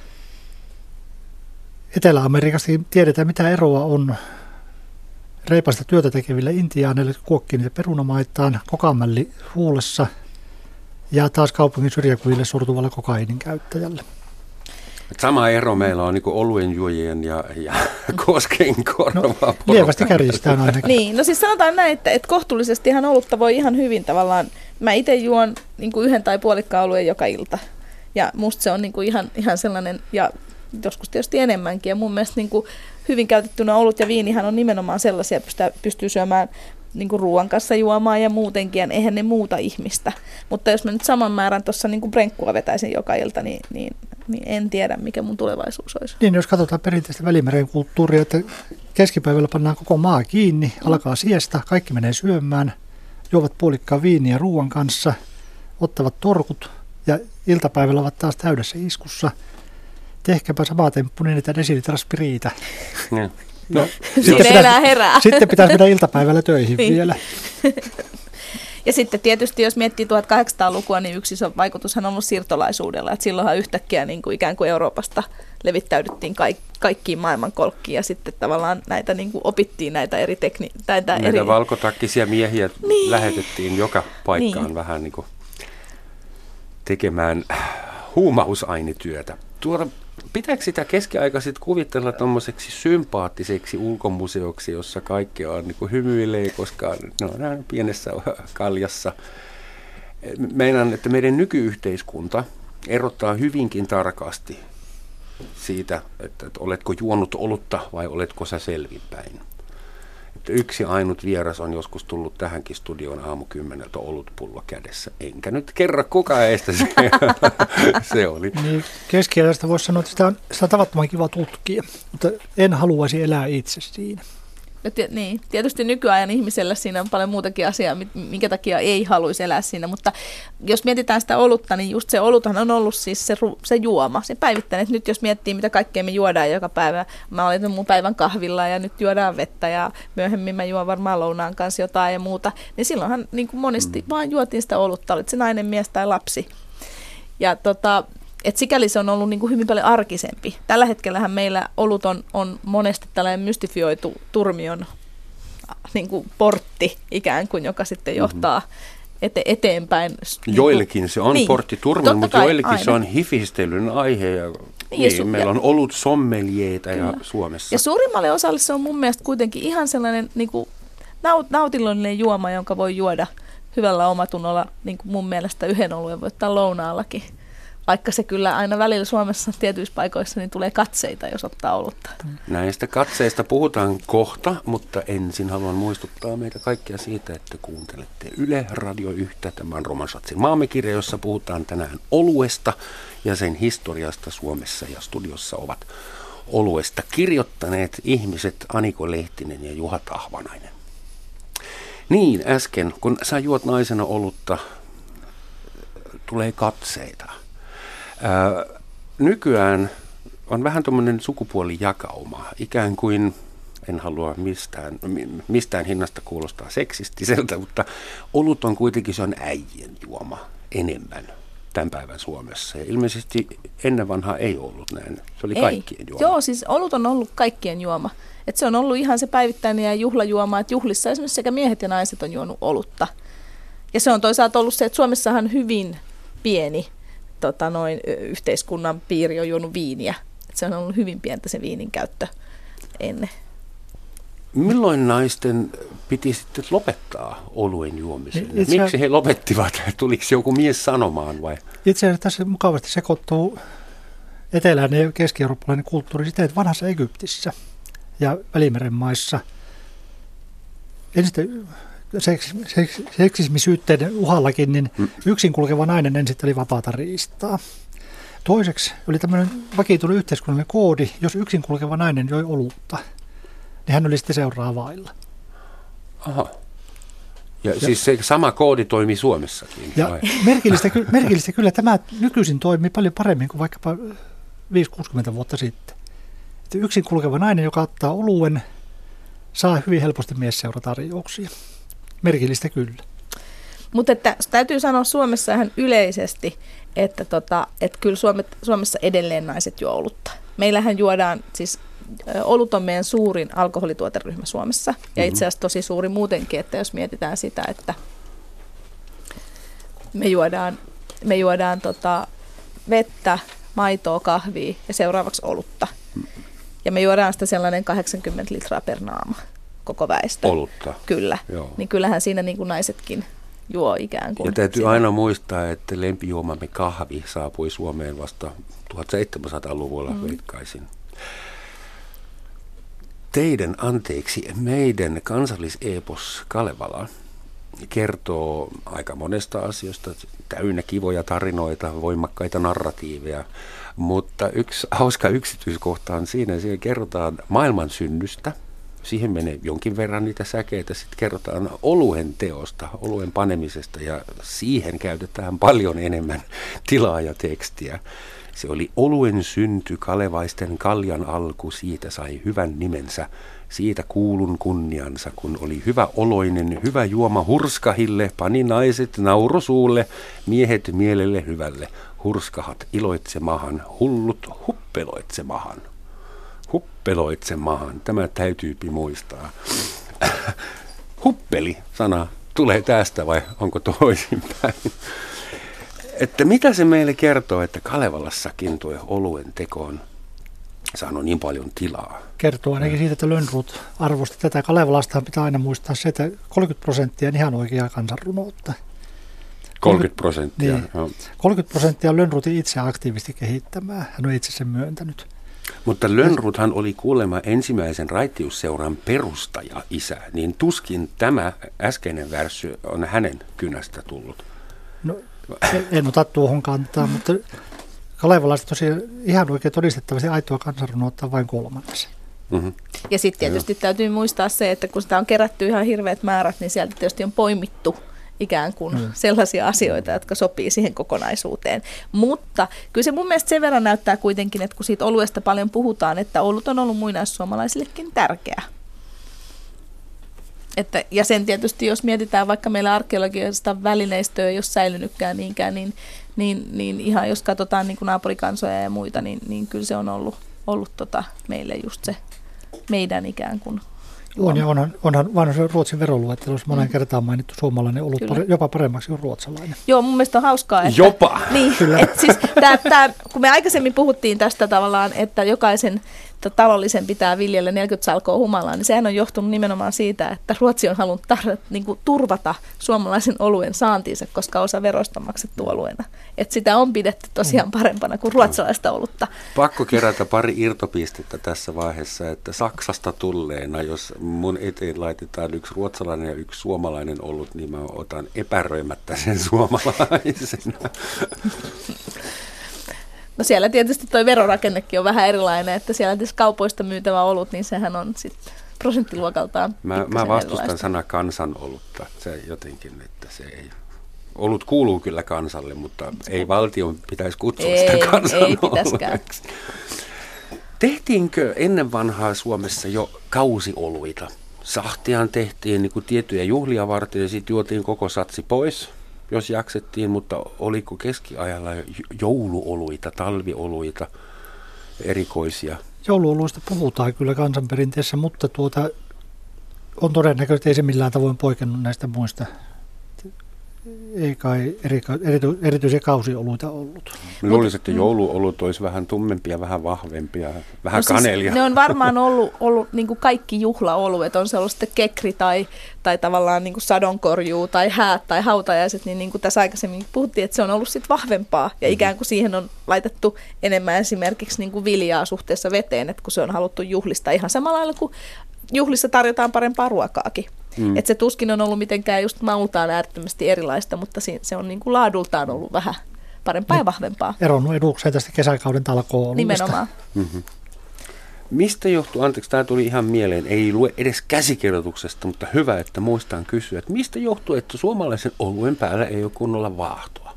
Etelä-Amerikasta tiedetään, mitä eroa on reipasta työtä tekeville intiaaneille, kuokkii niitä perunamaitaan kokamälli huulessa ja taas kaupungin syrjäkuville sortuvalle kokainin käyttäjälle. Sama ero meillä on niin kuin oluen juojien ja, ja koskenkorvaa. No, lievästi kärjistään ainakin. Niin, no siis sanotaan näin, että, että kohtuullisesti ihan olutta voi ihan hyvin tavallaan. Mä itse juon niin kuin yhden tai puolikkaan oluen joka ilta. Ja musta se on niin kuin ihan, ihan sellainen, ja joskus tietysti enemmänkin. Ja mun mielestä niin kuin hyvin käytettynä olut ja viinihan on nimenomaan sellaisia, että pystyy syömään niin kuin ruoan kanssa juomaan ja muutenkin, ja eihän ne muuta ihmistä. Mutta jos mä nyt saman määrän tuossa niin kuin brenkkua vetäisin joka ilta, niin, niin, niin en tiedä, mikä mun tulevaisuus olisi. Niin, jos katsotaan perinteistä Välimeren kulttuuria, että keskipäivällä pannaan koko maa kiinni, alkaa siesta, kaikki menee syömään, juovat puolikkaan viiniä ruoan kanssa, ottavat torkut ja iltapäivällä ovat taas täydessä iskussa. Tehkääpä sama temppu niin, että desilitra spiriitä. Mm. No, sitten enää herää. Sitten pitäisi mennä iltapäivällä töihin niin. vielä. Ja sitten tietysti, jos miettii tuhatkahdeksansataalukua, niin yksi iso vaikutushan on ollut siirtolaisuudella. Että silloinhan yhtäkkiä niin kuin ikään kuin Euroopasta levittäydyttiin kaik- kaikkiin maailmankolkkiin ja sitten tavallaan näitä niin kuin opittiin näitä eri tekniikoita. Näitä eri... valkotakkisia miehiä niin. lähetettiin joka paikkaan niin. vähän niin kuin tekemään huumausainetyötä. Tuota, pitääkö sitä keskiaikaiset kuvitella tuommoiseksi sympaattiseksi ulkomuseoksi, jossa kaikki on niin kuin hymyilee, koska no, näin pienessä kaljassa. Meinaan, että meidän nykyyhteiskunta erottaa hyvinkin tarkasti siitä, että oletko juonut olutta vai oletko sä selvinpäin. Että yksi ainut vieras on joskus tullut tähänkin studioon aamukymmeneltä olutpullo kädessä. Enkä nyt kerro kuka eistä se, se oli. Niin, keskiajasta voisi sanoa, että sitä on, sitä on tavattoman kiva tutkia, mutta en haluaisi elää itse siinä. No, t- niin, tietysti nykyajan ihmisellä siinä on paljon muutakin asiaa, minkä takia ei haluaisi elää siinä, mutta jos mietitään sitä olutta, niin just se oluthan on ollut siis se, se juoma, se päivittäinen. Et nyt jos miettii, mitä kaikkea me juodaan joka päivä, mä olen mun päivän kahvilla ja nyt juodaan vettä ja myöhemmin mä juon varmaan lounaan kanssa jotain ja muuta, niin silloinhan niin kuin monesti mm. vaan juotiin sitä olutta, olit se nainen, mies tai lapsi. Ja tota... Että sikäli se on ollut niin kuin hyvin paljon arkisempi. Tällä hetkellähän meillä olut on, on monesti tällainen mystifioitu turmion niin kuin portti ikään kuin, joka sitten johtaa ete, eteenpäin. Joillekin se on niin, portti turmion, mutta joillekin aina. Se on hifistelyn aihe. Ja, niin, niin, su- meillä on olut sommelieitä ja Suomessa. Ja suurimmalle osalle se on mun mielestä kuitenkin ihan sellainen niin kuin naut, nautinnollinen juoma, jonka voi juoda hyvällä omatunnolla niin kuin mun mielestä yhden oluen voi ottaa lounaallakin. Vaikka se kyllä aina välillä Suomessa tietyissä paikoissa niin tulee katseita, jos ottaa olutta. Näistä katseista puhutaan kohta, mutta ensin haluan muistuttaa meitä kaikkia siitä, että kuuntelette Yle Radio yksi. Tämän Roman Schatzin Maamekirja, jossa puhutaan tänään oluesta ja sen historiasta Suomessa. Ja studiossa ovat oluesta kirjoittaneet ihmiset Aniko Lehtinen ja Juha Tahvanainen. Niin, äsken, kun sä juot naisena olutta, tulee katseita. Ää, nykyään on vähän tuommoinen sukupuolijakauma, ikään kuin, en halua mistään, mistään hinnasta kuulostaa seksistiseltä, mutta olut on kuitenkin, se on äijien juoma enemmän tämän päivän Suomessa. Ja ilmeisesti ennen vanhaa ei ollut näin, se oli ei. kaikkien juoma. Joo, siis olut on ollut kaikkien juoma. Et se on ollut ihan se päivittäinen ja juhlajuoma, että juhlissa esimerkiksi sekä miehet ja naiset on juonut olutta. Ja se on toisaalta ollut se, että Suomessahan hyvin pieni Tota noin, yhteiskunnan piiri on juonut viiniä. Et se on ollut hyvin pientä se viinin käyttö ennen. Milloin naisten piti sitten lopettaa oluen juomisen? Itse... Miksi he lopettivat? Tuliko joku mies sanomaan vai? Itse asiassa tässä mukavasti sekoittuu eteläinen ja keski-eurooppalainen kulttuuri siten, että vanhassa Egyptissä ja Välimeren maissa ensin Seks, seks, seksismisyytteiden uhallakin, niin yksin kulkeva nainen ensin oli vapaata riistaa. Toiseksi oli tämmöinen vakiintunut yhteiskunnallinen koodi, jos yksin kulkeva nainen joi olutta, niin hän oli sitten seuraa vailla. Aha. Ja, ja siis se sama koodi toimii Suomessakin? Ja merkillistä, merkillistä kyllä tämä nykyisin toimii paljon paremmin kuin vaikkapa viisikymmentä kuusikymmentä vuotta sitten. Että yksin kulkeva nainen, joka ottaa oluen, saa hyvin helposti miesseuratarjouksia. Merkillistä kyllä. Mutta että täytyy sanoa Suomessa ihan yleisesti, että, tota, että kyllä Suomet, Suomessa edelleen naiset juo olutta. Meillähän juodaan, siis olut on meidän suurin alkoholituoteryhmä Suomessa. Ja itse asiassa tosi suuri muutenkin, että jos mietitään sitä, että me juodaan, me juodaan tota vettä, maitoa, kahvia ja seuraavaksi olutta. Ja me juodaan sitä sellainen kahdeksankymmentä litraa per naama. Koko väestö. Olutta. Kyllä. Joo. Niin kyllähän siinä niin kuin naisetkin juo ikään kuin. Ja täytyy sitä aina muistaa, että lempijuomamme kahvi saapui Suomeen vasta tuhatseitsemänsataaluvulla, mm. veikkaisin. Teidän, anteeksi, meidän kansalliseepos Kalevala kertoo aika monesta asiasta, täynnä kivoja tarinoita, voimakkaita narratiiveja, mutta yksi hauska yksityiskohta on siinä, siinä kerrotaan maailman synnystä. Siihen menee jonkin verran niitä säkeitä. Sitten kerrotaan oluen teosta, oluen panemisesta ja siihen käytetään paljon enemmän tilaa ja tekstiä. Se oli oluen synty, kalevaisten kaljan alku, siitä sai hyvän nimensä. Siitä kuulun kunniansa, kun oli hyvä oloinen, hyvä juoma hurskahille, pani naiset naurusuulle, miehet mielelle hyvälle. Hurskahat iloitsemahan, hullut huppeloitsemahan. Huppeloitsemahan, tämä täytyypi muistaa. Huppeli-sana tulee tästä vai onko toisinpäin? Että mitä se meille kertoo, että Kalevalassakin tuo oluen teko on saanut niin paljon tilaa? Kertoo ainakin siitä, että Lönnrot arvosti tätä. Kalevalastahan pitää aina muistaa se, että kolmekymmentä prosenttia on ihan oikeaa kansanrunoutta. kolmekymmentä prosenttia. Niin, kolmekymmentä prosenttia on Lönnrotin itse aktiivisesti kehittämää. Hän on itse sen myöntänyt. Mutta Lönnrothan oli kuulemma ensimmäisen raittiusseuran perustaja-isä, niin tuskin tämä äskeinen värssy on hänen kynästä tullut. No, en ota tuohon kantaa, mutta Kalevalasta tosiaan ihan oikein todistettavasti aitoa kansanrunoutta on vain kolmannes. Mm-hmm. Ja sitten tietysti täytyy muistaa se, että kun sitä on kerätty ihan hirveät määrät, niin sieltä tietysti on poimittu ikään kuin mm. sellaisia asioita, jotka sopii siihen kokonaisuuteen. Mutta kyllä se mun mielestä sen verran näyttää kuitenkin, että kun siitä oluesta paljon puhutaan, että olut on ollut muinaissuomalaisillekin tärkeä. Että, ja sen tietysti, jos mietitään vaikka meillä arkeologista välineistöä, jos säilynytkään niinkään, niin, niin, niin ihan jos katsotaan niin kuin naapurikansoja ja muita, niin, niin kyllä se on ollut, ollut tota meille just se meidän ikään kuin. On ja onhan, onhan vanhoissa Ruotsin veroluettelossa monen mm. kertaan mainittu suomalainen ollut pare, jopa paremmaksi kuin ruotsalainen. Joo, mun mielestä on hauskaa, että jopa. Niin, et siis tää, tää, kun me aikaisemmin puhuttiin tästä tavallaan, että jokaisen talollisen pitää viljellä neljäkymmentä salkoa humalaa, niin sehän on johtunut nimenomaan siitä, että Ruotsi on halunnut tar- niin kuin turvata suomalaisen oluen saantiinsa, koska osa veroista on maksettu oluena. Että sitä on pidetty tosiaan parempana kuin ruotsalaista olutta. Pakko kerätä pari irtopistettä tässä vaiheessa, että Saksasta tulleena, jos mun eteen laitetaan yksi ruotsalainen ja yksi suomalainen olut, niin mä otan epäröimättä sen suomalaisena. No siellä tietysti tuo verorakennekin on vähän erilainen, että siellä tietysti kaupoista myytävä olut, niin sehän on sitten prosenttiluokaltaan Mä, mä vastustan erilaista. Sana kansanolutta, se jotenkin, että se ei. Olut kuuluu kyllä kansalle, mutta ei valtion pitäisi kutsua ei, sitä kansanolueksi. Tehtiinkö ennen vanhaa Suomessa jo kausioluita? Sahtiaan tehtiin niin kuin tiettyjä juhlia varten ja sitten juotiin koko satsi pois, jos jaksettiin, mutta oliko keskiajalla jouluoluita, talvioluita, erikoisia? Jouluoluista puhutaan kyllä kansanperinteessä, mutta tuota, on todennäköisesti ei se millään tavoin poikennut näistä muista. Ei kai eri, erity, erityisiä kausioluita ollut. Luulisin, että jouluolut olisi vähän tummempia, vähän vahvempia, vähän no siis kanelia. Ne on varmaan ollut, ollut niin kuin kaikki juhlaoluet, on se ollut sitten kekri tai, tai tavallaan niin kuin sadonkorjuu tai häät tai hautajaiset, niin, niin kuin tässä aikaisemmin puhuttiin, että se on ollut sitten vahvempaa ja ikään kuin siihen on laitettu enemmän esimerkiksi niin kuin viljaa suhteessa veteen, että kun se on haluttu juhlista ihan samalla lailla kuin juhlissa tarjotaan parempaa ruokaakin. Mm. Että se tuskin on ollut mitenkään just maultaan äärettömästi erilaista, mutta se on niin kuin laadultaan ollut vähän parempaa ja vahvempaa. Eronnut edukseen tästä kesäkauden talkoo-oluista. Nimenomaan. Mm-hmm. Mistä johtuu, anteeksi, tämä tuli ihan mieleen, ei lue edes käsikirjoituksesta, mutta hyvä, että muistan kysyä, että mistä johtuu, että suomalaisen oluen päällä ei ole kunnolla vaahtoa?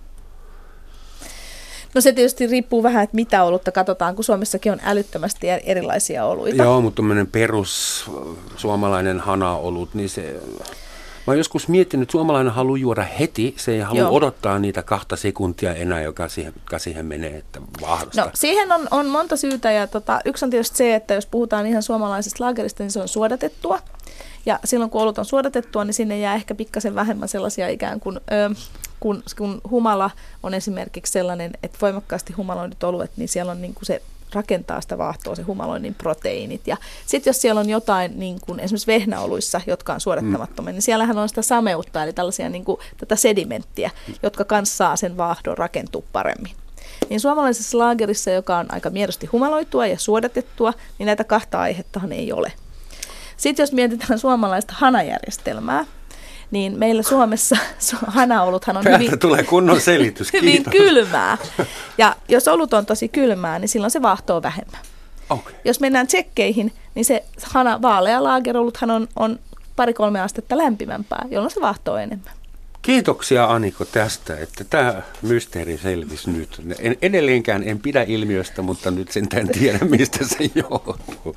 No se tietysti riippuu vähän, että mitä olutta katsotaan, kun Suomessakin on älyttömästi erilaisia oluita. Joo, mutta tämmöinen perus suomalainen hanaolut, niin se. Mä oon joskus miettinyt, että suomalainen haluaa juoda heti, se ei halua Joo. odottaa niitä kahta sekuntia enää, joka siihen, joka siihen menee, että vaahdosta. No siihen on, on monta syytä ja tota, yksi on tietysti se, että jos puhutaan ihan suomalaisesta laagerista, niin se on suodatettua. Ja silloin kun olut on suodatettua, niin sinne jää ehkä pikkasen vähemmän sellaisia ikään kuin, ö, kun, kun humala on esimerkiksi sellainen, että voimakkaasti humaloidut oluet, niin siellä on niin kuin se rakentaa sitä vaahtoa, se humaloinnin proteiinit. Ja sitten jos siellä on jotain, niin kuin esimerkiksi vehnäoluissa, jotka on suodattamattomia, mm. niin siellähän on sitä sameutta, eli tällaisia niin kuin, tätä sedimenttiä, jotka kanssa saa sen vaahdon rakentua paremmin. Niin suomalaisessa laagerissa, joka on aika miedosti humaloitua ja suodatettua, niin näitä kahta aihettahan ei ole. Sitten jos mietitään suomalaista hanajärjestelmää, niin meillä Suomessa hanaoluthan on hyvin, tulee kunnon selitys, hyvin kylmää. Ja jos olut on tosi kylmää, niin silloin se vaahtoo vähemmän. Okay. Jos mennään tsekkeihin, niin se hana, vaalea laageroluthan on, on pari-kolme astetta lämpimämpää, jolloin se vaahtoo enemmän. Kiitoksia Aniko tästä, että tämä mysteeri selvisi nyt. En, edelleenkään en pidä ilmiöstä, mutta nyt sentään tiedä, mistä se johtuu.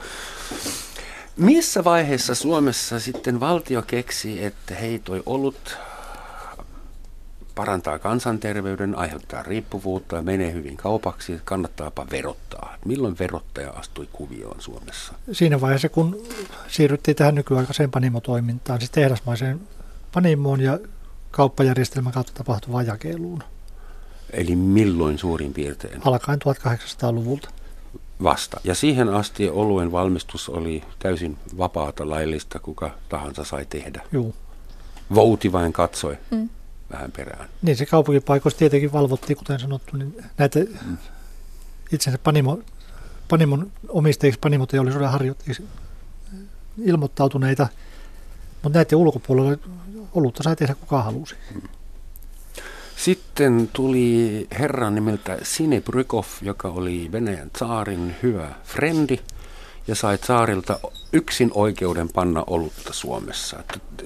Missä vaiheessa Suomessa sitten valtio keksi, että hei, toi olut parantaa kansanterveyden, aiheuttaa riippuvuutta ja menee hyvin kaupaksi, että kannattaapa verottaa. Milloin verottaja astui kuvioon Suomessa? Siinä vaiheessa, kun siirryttiin tähän nykyaikaiseen panimotoimintaan, siis tehdasmaiseen panimoon ja kauppajärjestelmän kautta tapahtuvaan jakeluun. Eli milloin suurin piirtein? Alkaen tuhatkahdeksansataaluvulta. Vasta. Ja siihen asti oluen valmistus oli täysin vapaata, laillista, kuka tahansa sai tehdä. Joo. Vouti vain katsoi Mm. vähän perään. Niin se kaupunkipaikoissa tietenkin valvottiin, kuten sanottu, niin näitä mm. itsensä panimo, panimon omistajiksi, panimoteollisuuden harjoittajiksi ilmoittautuneita, mutta näiden ulkopuolella olutta sai tehdä kuka halusi. Mm. Sitten tuli herra nimeltä Sinebrykov, joka oli Venäjän tsaarin hyvä frendi ja sai tsaarilta yksin oikeuden panna olutta Suomessa.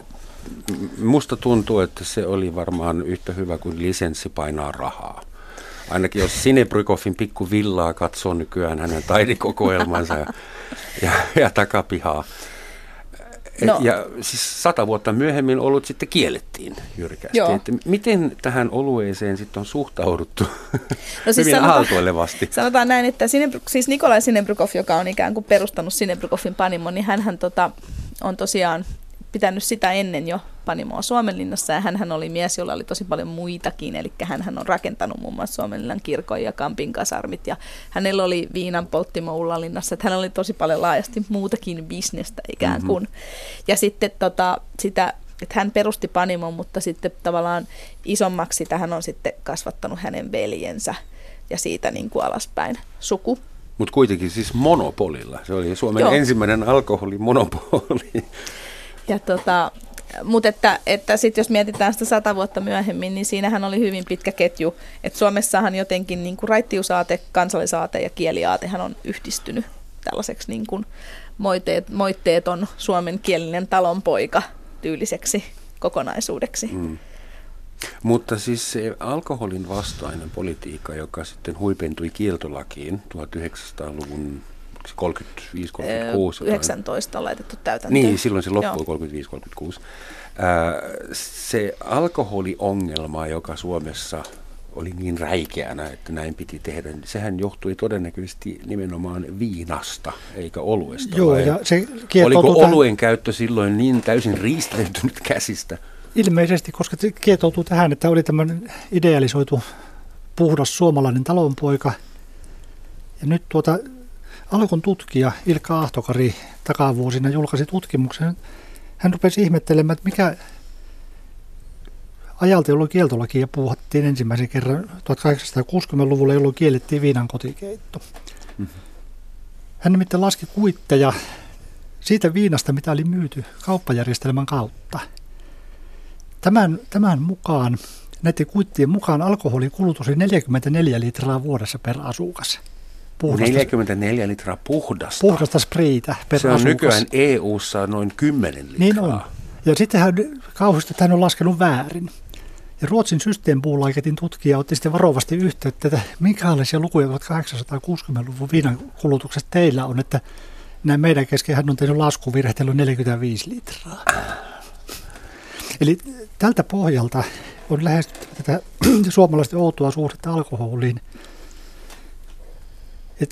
Musta tuntuu, että se oli varmaan yhtä hyvä kuin lisenssi painaa rahaa. Ainakin jos Sinebrykovin pikku villaa katsoo nykyään hänen taidikokoelmansa ja, ja, ja takapihaa. No. Ja siis sata vuotta myöhemmin olut sitten kiellettiin jyrkästi. Että miten tähän olueeseen sitten on suhtauduttu no siis hyvin aaltoilevasti? Sanotaan näin, että Sinebry, siis Nikolai Sinebrykov, joka on ikään kuin perustanut Sinebrykovin panimon, niin hänhän tota, on tosiaan pitänyt sitä ennen jo panimoa Suomenlinnassa, ja hänhän oli mies, jolla oli tosi paljon muitakin, eli hänhän on rakentanut muun muassa Suomenlinnan kirkon ja Kampin kasarmit, ja hänellä oli viinan polttimo Ullanlinnassa, että hänellä oli tosi paljon laajasti muutakin bisnestä ikään kuin. Mm-hmm. Ja sitten tota, sitä, että hän perusti panimon, mutta sitten tavallaan isommaksi tähän on sitten kasvattanut hänen veljensä, ja siitä niin kuin alaspäin suku. Mutta kuitenkin siis monopolilla, se oli Suomen Joo. ensimmäinen alkoholimonopoli. Ja tota, mutta että, että sitten jos mietitään sitä sata vuotta myöhemmin, niin siinähän oli hyvin pitkä ketju. Että Suomessahan jotenkin niin kuin raittiusaate, kansallisaate ja kieliaatehan on yhdistynyt tällaiseksi niin kuin moitteet, moitteeton suomenkielinen talonpoika tyyliseksi kokonaisuudeksi. Mm. Mutta siis se alkoholin vastainen politiikka, joka sitten huipentui kieltolakiin tuhatyhdeksänsataaluvun kolmekymmentäviisi kolmekymmentäkuusi. yhdeksäntoista on laitettu täytäntöön. Niin, silloin se loppui kolmekymmentäviisi kolmekymmentäkuusi. Se alkoholiongelma, joka Suomessa oli niin räikeänä, että näin piti tehdä, niin sehän johtui todennäköisesti nimenomaan viinasta, eikä oluesta. Joo, ja se oliko oluen käyttö silloin niin täysin riistäytynyt käsistä? Ilmeisesti, koska se kietoutuu tähän, että oli tämmöinen idealisoitu puhdas suomalainen talonpoika. Ja nyt tuota Alkon tutkija Ilkka Ahtokari takavuosina julkaisi tutkimuksen. Hän rupesi ihmettelemään, että mikä ajalta, jolloin kieltolakia puuhattiin ensimmäisen kerran tuhatkahdeksansataakuusikymmentäluvulla, jolloin kiellettiin viinan kotikeitto. Mm-hmm. Hän nimittäin laski kuitteja siitä viinasta, mitä oli myyty kauppajärjestelmän kautta. Tämän, tämän mukaan, näiden kuittien mukaan alkoholin kulutus oli neljäkymmentäneljä litraa vuodessa per asukas. Puhdasta, neljäkymmentäneljä litraa puhdasta. Puhdasta spriitä per Se on asukas. Nykyään E U:ssa noin kymmenen litraa. Niin on. Ja sitten hän kauheasti, että hän on laskenut väärin. Ja Ruotsin Systembolagetin tutkija otti sitten varovasti yhteyttä, että minkälaisia lukuja tuhatkahdeksansataakuusikymmentäluvun viinan kulutuksesta teillä on, että näin meidän kesken hän on tehnyt laskuvirheellä neljäkymmentäviisi litraa. Eli tältä pohjalta on lähestyttävä tätä suomalaisten outoa suhdetta alkoholiin. Että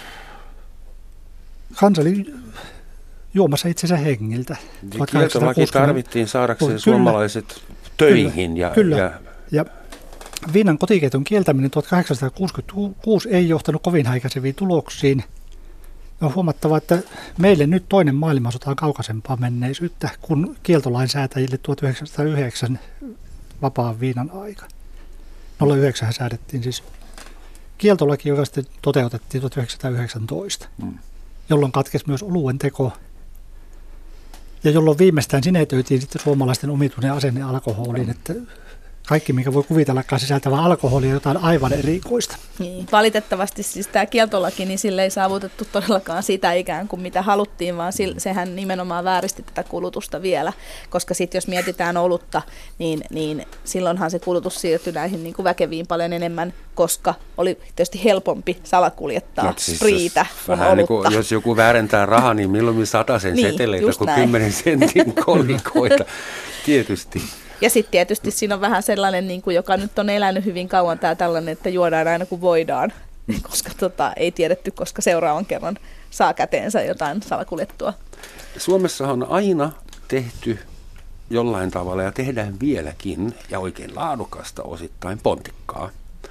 kansa oli juomassa itsensä hengiltä. Kieltolaki tarvittiin saadakseen kyllä, suomalaiset töihin. Kyllä, ja, kyllä. Ja, ja viinan kotikeiton kieltäminen tuhatkahdeksansataakuusikymmentäkuusi ei johtanut kovin häikäiseviin tuloksiin. On huomattava, että meille nyt toinen maailmansota on kaukaisempaa menneisyyttä, kun kieltolainsäätäjille tuhatyhdeksänsataayhdeksän vapaan viinan aika. nolla yhdeksän säädettiin siis kieltolaki, joka sitten toteutettiin tuhatyhdeksänsataayhdeksäntoista, hmm. jolloin katkesi myös oluen teko. Ja jolloin viimeistään sinetöitiin sitten suomalaisten omituinen asenne alkoholiin, että Kaikki, mikä voi kuvitellakaan sisältävä alkoholia, jotain aivan erikoista. Niin, valitettavasti siis tämä kieltolaki, niin sille ei saavutettu todellakaan sitä ikään kuin mitä haluttiin, vaan sehän nimenomaan vääristi tätä kulutusta vielä, koska sitten jos mietitään olutta, niin, niin silloinhan se kulutus siirtyi näihin niin kuin väkeviin paljon enemmän, koska oli tietysti helpompi salakuljettaa no, siis spriitä kuin olutta. Niin kuin, jos joku väärentää rahaa, niin milloin satasen niin, seteleitä kuin kymmenen sentin kolikoita, tietysti. Ja sitten tietysti siinä on vähän sellainen, niin kuin, joka nyt on elänyt hyvin kauan, tämä tällainen, että juodaan aina kun voidaan, koska tota, ei tiedetty, koska seuraavan kerran saa käteensä jotain salakuljettua. Suomessa on aina tehty jollain tavalla ja tehdään vieläkin, ja oikein laadukasta osittain, pontikkaa.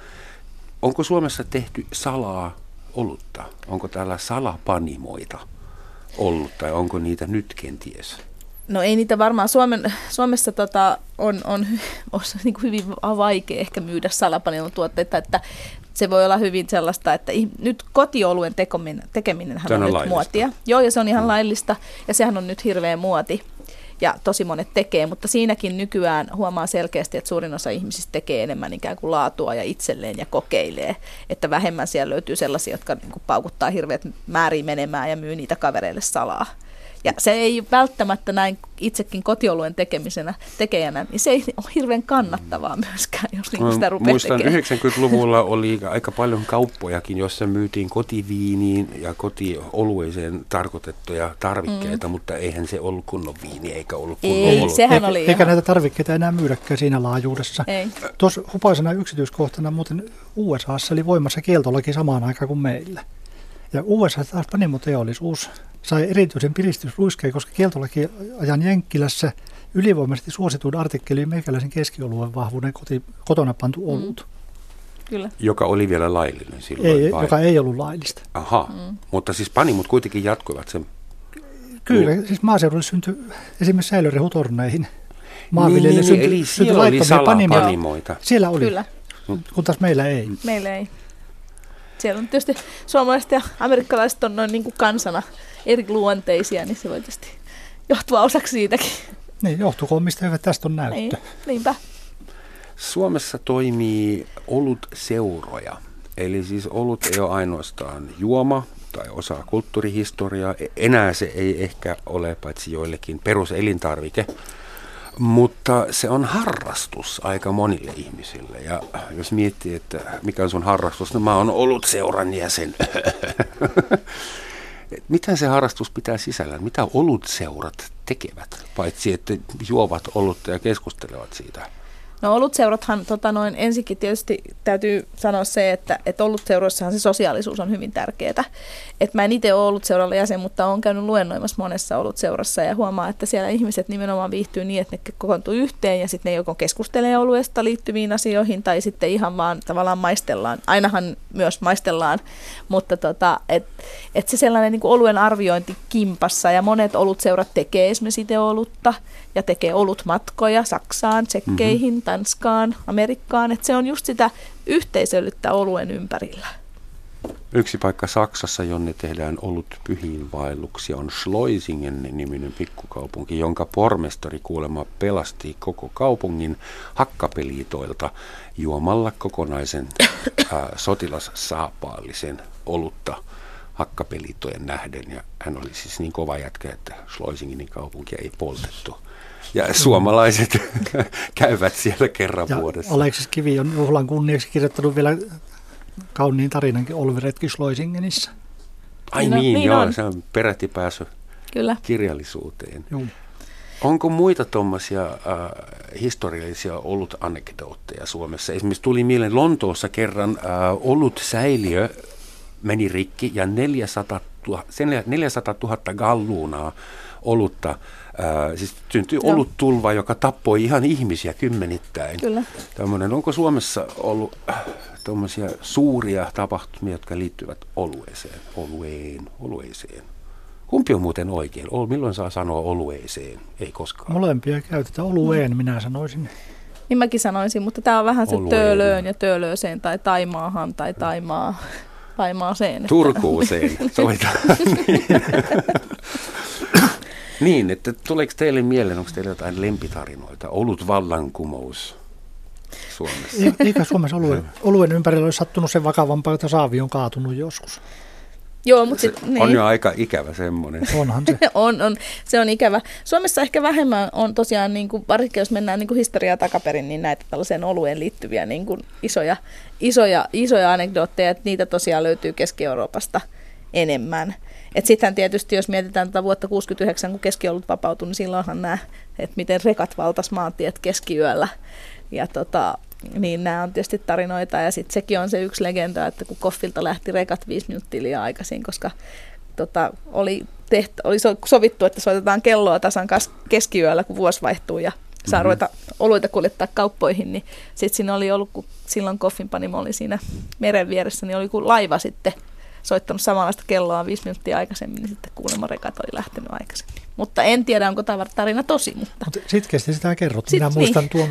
Onko Suomessa tehty salaa olutta? Onko täällä salapanimoita ollut tai onko niitä nyt kenties? No ei niitä varmaan. Suomen, Suomessa tota, on, on, on niin kuin hyvin vaikea ehkä myydä salapanimon tuotteita, että se voi olla hyvin sellaista, että nyt kotioluen tekeminen on, on nyt muotia. Joo, ja se on ihan mm. laillista, ja sehän on nyt hirveä muoti. Ja tosi monet tekee, mutta siinäkin nykyään huomaa selkeästi, että suurin osa ihmisistä tekee enemmän ikään kuin laatua ja itselleen ja kokeilee. Että vähemmän siellä löytyy sellaisia, jotka niin kuin paukuttaa hirveät määriä menemään ja myy niitä kavereille salaa. Ja se ei välttämättä näin itsekin kotioluen tekemisenä, tekijänä, niin se ei ole hirveän kannattavaa myöskään, jos niin sitä rupeaa muistan, tekemään. yhdeksänkymmentäluvulla oli aika paljon kauppojakin, joissa myytiin kotiviiniin ja kotiolueeseen tarkoitettuja tarvikkeita, mm. mutta eihän se ollut kunnon viini eikä ollut kunnon ei, olut. Sehän oli eikä ihan... näitä tarvikkeita enää myydäkään siinä laajuudessa. Ei. Tuossa hupaisena yksityiskohtana muuten U S A:ssa oli voimassa kieltolaki samaan aikaan kuin meillä. Ja U S A taas panimoteollisuus sai erityisen piristysruiskeen, koska kieltolaki ajan Jenkkilässä ylivoimaisesti suosituin artikkeli meikäläisen keskioluen vahvuuden koti, kotona pantu olut. Mm. Kyllä. Joka oli vielä laillinen silloin? Ei, joka ei ollut laillista. Aha, mm. mutta siis panimot kuitenkin jatkuivat sen. Kyllä, mm. siis maaseudulle syntyi esimerkiksi säilörehutorneihin. Maanviljelijöille niin, syntyi, eli syntyi siellä oli salapanimoita. Siellä oli, Kyllä. kun taas meillä ei. Meillä ei. Siellä on tietysti suomalaiset ja amerikkalaiset on noin niin kuin kansana eri luonteisia, niin se voi tietysti johtua osaksi siitäkin. Niin, johtukoon mistä hyvä tästä on näyttö. Niin, niinpä. Suomessa toimii olutseuroja, eli siis olut ei ole ainoastaan juoma tai osa kulttuurihistoriaa. Enää se ei ehkä ole paitsi joillekin peruselintarvike, mutta se on harrastus aika monille ihmisille. Ja jos miettii, että mikä on sun harrastus, no mä oon olutseuran jäsen. Mitä se harrastus pitää sisällään? Mitä olutseurat tekevät, paitsi että juovat olutta ja keskustelevat siitä? No olutseurathan, tota noin, ensinnäkin tietysti täytyy sanoa se, että, että olutseuroissahan se sosiaalisuus on hyvin tärkeää. Et mä en itse ole olutseuralla jäsen, mutta olen käynyt luennoimassa monessa olutseurassa ja huomaa, että siellä ihmiset nimenomaan viihtyy niin, että ne kokoontuu yhteen ja sitten ne joko keskustelee oluesta liittyviin asioihin tai sitten ihan vaan tavallaan maistellaan. Ainahan myös maistellaan, mutta tota, että et se sellainen niin kuin oluen arviointi kimpassa ja monet olutseurat tekee esimerkiksi itse olutta ja tekee olutmatkoja Saksaan, Tsekkeihin, mm-hmm. Tanskaan, Amerikkaan, että se on just sitä yhteisöllyttä oluen ympärillä. Yksi paikka Saksassa, jonne tehdään olut pyhiinvaelluksia, on Schleusingen-niminen pikkukaupunki, jonka pormestari kuulemma pelasti koko kaupungin hakkapeliitoilta juomalla kokonaisen ää, sotilassaapaallisen olutta hakkapeliittojen nähden. Ja hän oli siis niin kova jätkä, että Schleusingenin kaupunkia ei poltettu. Ja suomalaiset käyvät siellä kerran ja vuodessa. Aleksis Kivi on juhlan kunniaksi kirjoittanut vielä kauniin tarinankin Olviretki Schleusingenissä. Ai no, niin, niin joo, on. se on peräti päässyt Kyllä. kirjallisuuteen. Joo. Onko muita tuommoisia äh, historiallisia olut-anekdootteja Suomessa? Esimerkiksi tuli mieleen Lontoossa kerran äh, olut-säiliö meni rikki ja neljäsataatuhatta galluunaa olutta. Äh, siis syntyi Joo. oluttulva, joka tappoi ihan ihmisiä kymmenittäin. Kyllä. Tällainen, onko Suomessa ollut äh, tuommoisia suuria tapahtumia, jotka liittyvät olueeseen, olueen, olueeseen? Kumpi on muuten oikein? Milloin saa sanoa olueeseen? Ei koskaan. Molempia käytetään. Olueen minä sanoisin. Niin mäkin sanoisin, mutta tämä on vähän se Olueen. töölöön ja töölööseen tai taimaahan tai taimaa, taimaaseen. Turkuuseen sovitaan. Niin, että tuleeko teille mieleen, onko teille jotain lempitarinoita? Olut vallankumous. Suomessa. Eikä Suomessa oluen, oluen ympärillä olisi sattunut sen vakavampaa, että saavi on kaatunut joskus. Joo, mutta sit, niin. On jo aika ikävä semmoinen. Onhan se. on, on, se on ikävä. Suomessa ehkä vähemmän on tosiaan, niin kuin, varsinkin jos mennään niin kuin historiaa takaperin, niin näitä tällaiseen olueen liittyviä niin kuin isoja, isoja, isoja anekdootteja, että niitä tosiaan löytyy Keski-Euroopasta enemmän. Sittenhän tietysti, jos mietitään tätä vuotta kuusikymmentäyhdeksän, kun keskiolut vapautui, niin silloinhan nämä, että miten rekat valtas maantiet keskiyöllä. Ja tota, niin nämä on tietysti tarinoita, ja sitten sekin on se yksi legenda, että kun Koffilta lähti rekat viisi minuuttia liian aikaisin, koska tota, oli, tehty, oli sovittu, että soitetaan kelloa tasan keskiyöllä, kun vuosi vaihtuu ja saa mm-hmm. ruveta oluita kuljettaa kauppoihin, niin sitten siinä oli ollut, kun silloin Koffin panimo oli siinä meren vieressä, niin oli kuin laiva sitten soittanut samanlaista kelloa viisi minuuttia aikaisemmin, niin sitten kuulemma rekat oli lähtenyt aikaisemmin. Mutta en tiedä, onko tämä tarina tosi, mutta... Mutta sitkeästi sitä kerrot. Minä Sit, muistan niin. tuon...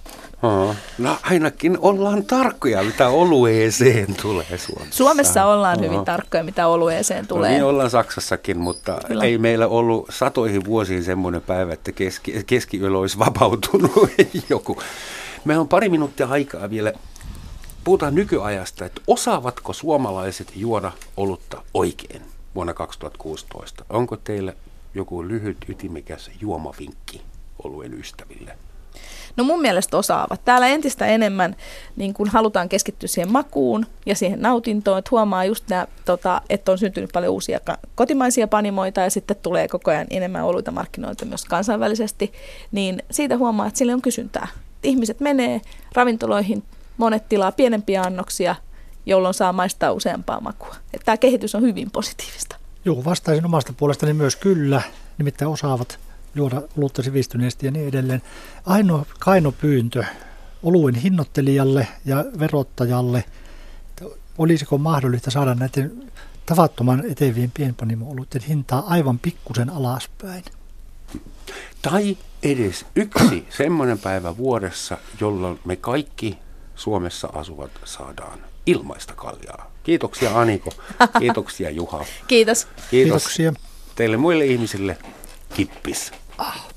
Oh, no ainakin ollaan tarkkoja, mitä olueeseen tulee Suomessa. Suomessa ollaan oh. hyvin tarkkoja, mitä olueeseen tulee. No niin ollaan Saksassakin, mutta Kyllä. ei meillä ollut satoihin vuosiin semmoinen päivä, että keski, keskiyöllä olisi vapautunut joku. Meillä on pari minuuttia aikaa vielä. Puhutaan nykyajasta, että osaavatko suomalaiset juoda olutta oikein vuonna kaksituhattakuusitoista? Onko teillä joku lyhyt ytimekäs juomavinkki oluen ystäville? No mun mielestä osaavat. Täällä entistä enemmän niin kun halutaan keskittyä siihen makuun ja siihen nautintoon, että huomaa just nämä, tota, että on syntynyt paljon uusia kotimaisia panimoita ja sitten tulee koko ajan enemmän oluita markkinoilta myös kansainvälisesti, niin siitä huomaa, että sille on kysyntää. Ihmiset menee ravintoloihin, monet tilaa pienempiä annoksia, jolloin saa maistaa useampaa makua. Että tämä kehitys on hyvin positiivista. Joo, vastaisin omasta puolestani myös kyllä, nimittäin osaavat juoda olutta sivistyneesti ja niin edelleen. Ainoa kainopyyntö oluen hinnoittelijalle ja verottajalle, että olisiko mahdollista saada näiden tavattoman etevien pienpanimo-oluiden hintaa aivan pikkusen alaspäin. Tai edes yksi semmoinen päivä vuodessa, jolloin me kaikki Suomessa asuvat saadaan ilmaista kaljaa. Kiitoksia Aniko, kiitoksia Juha. Kiitos. Kiitos Kiitoksia teille muille ihmisille. Kippis. Ah.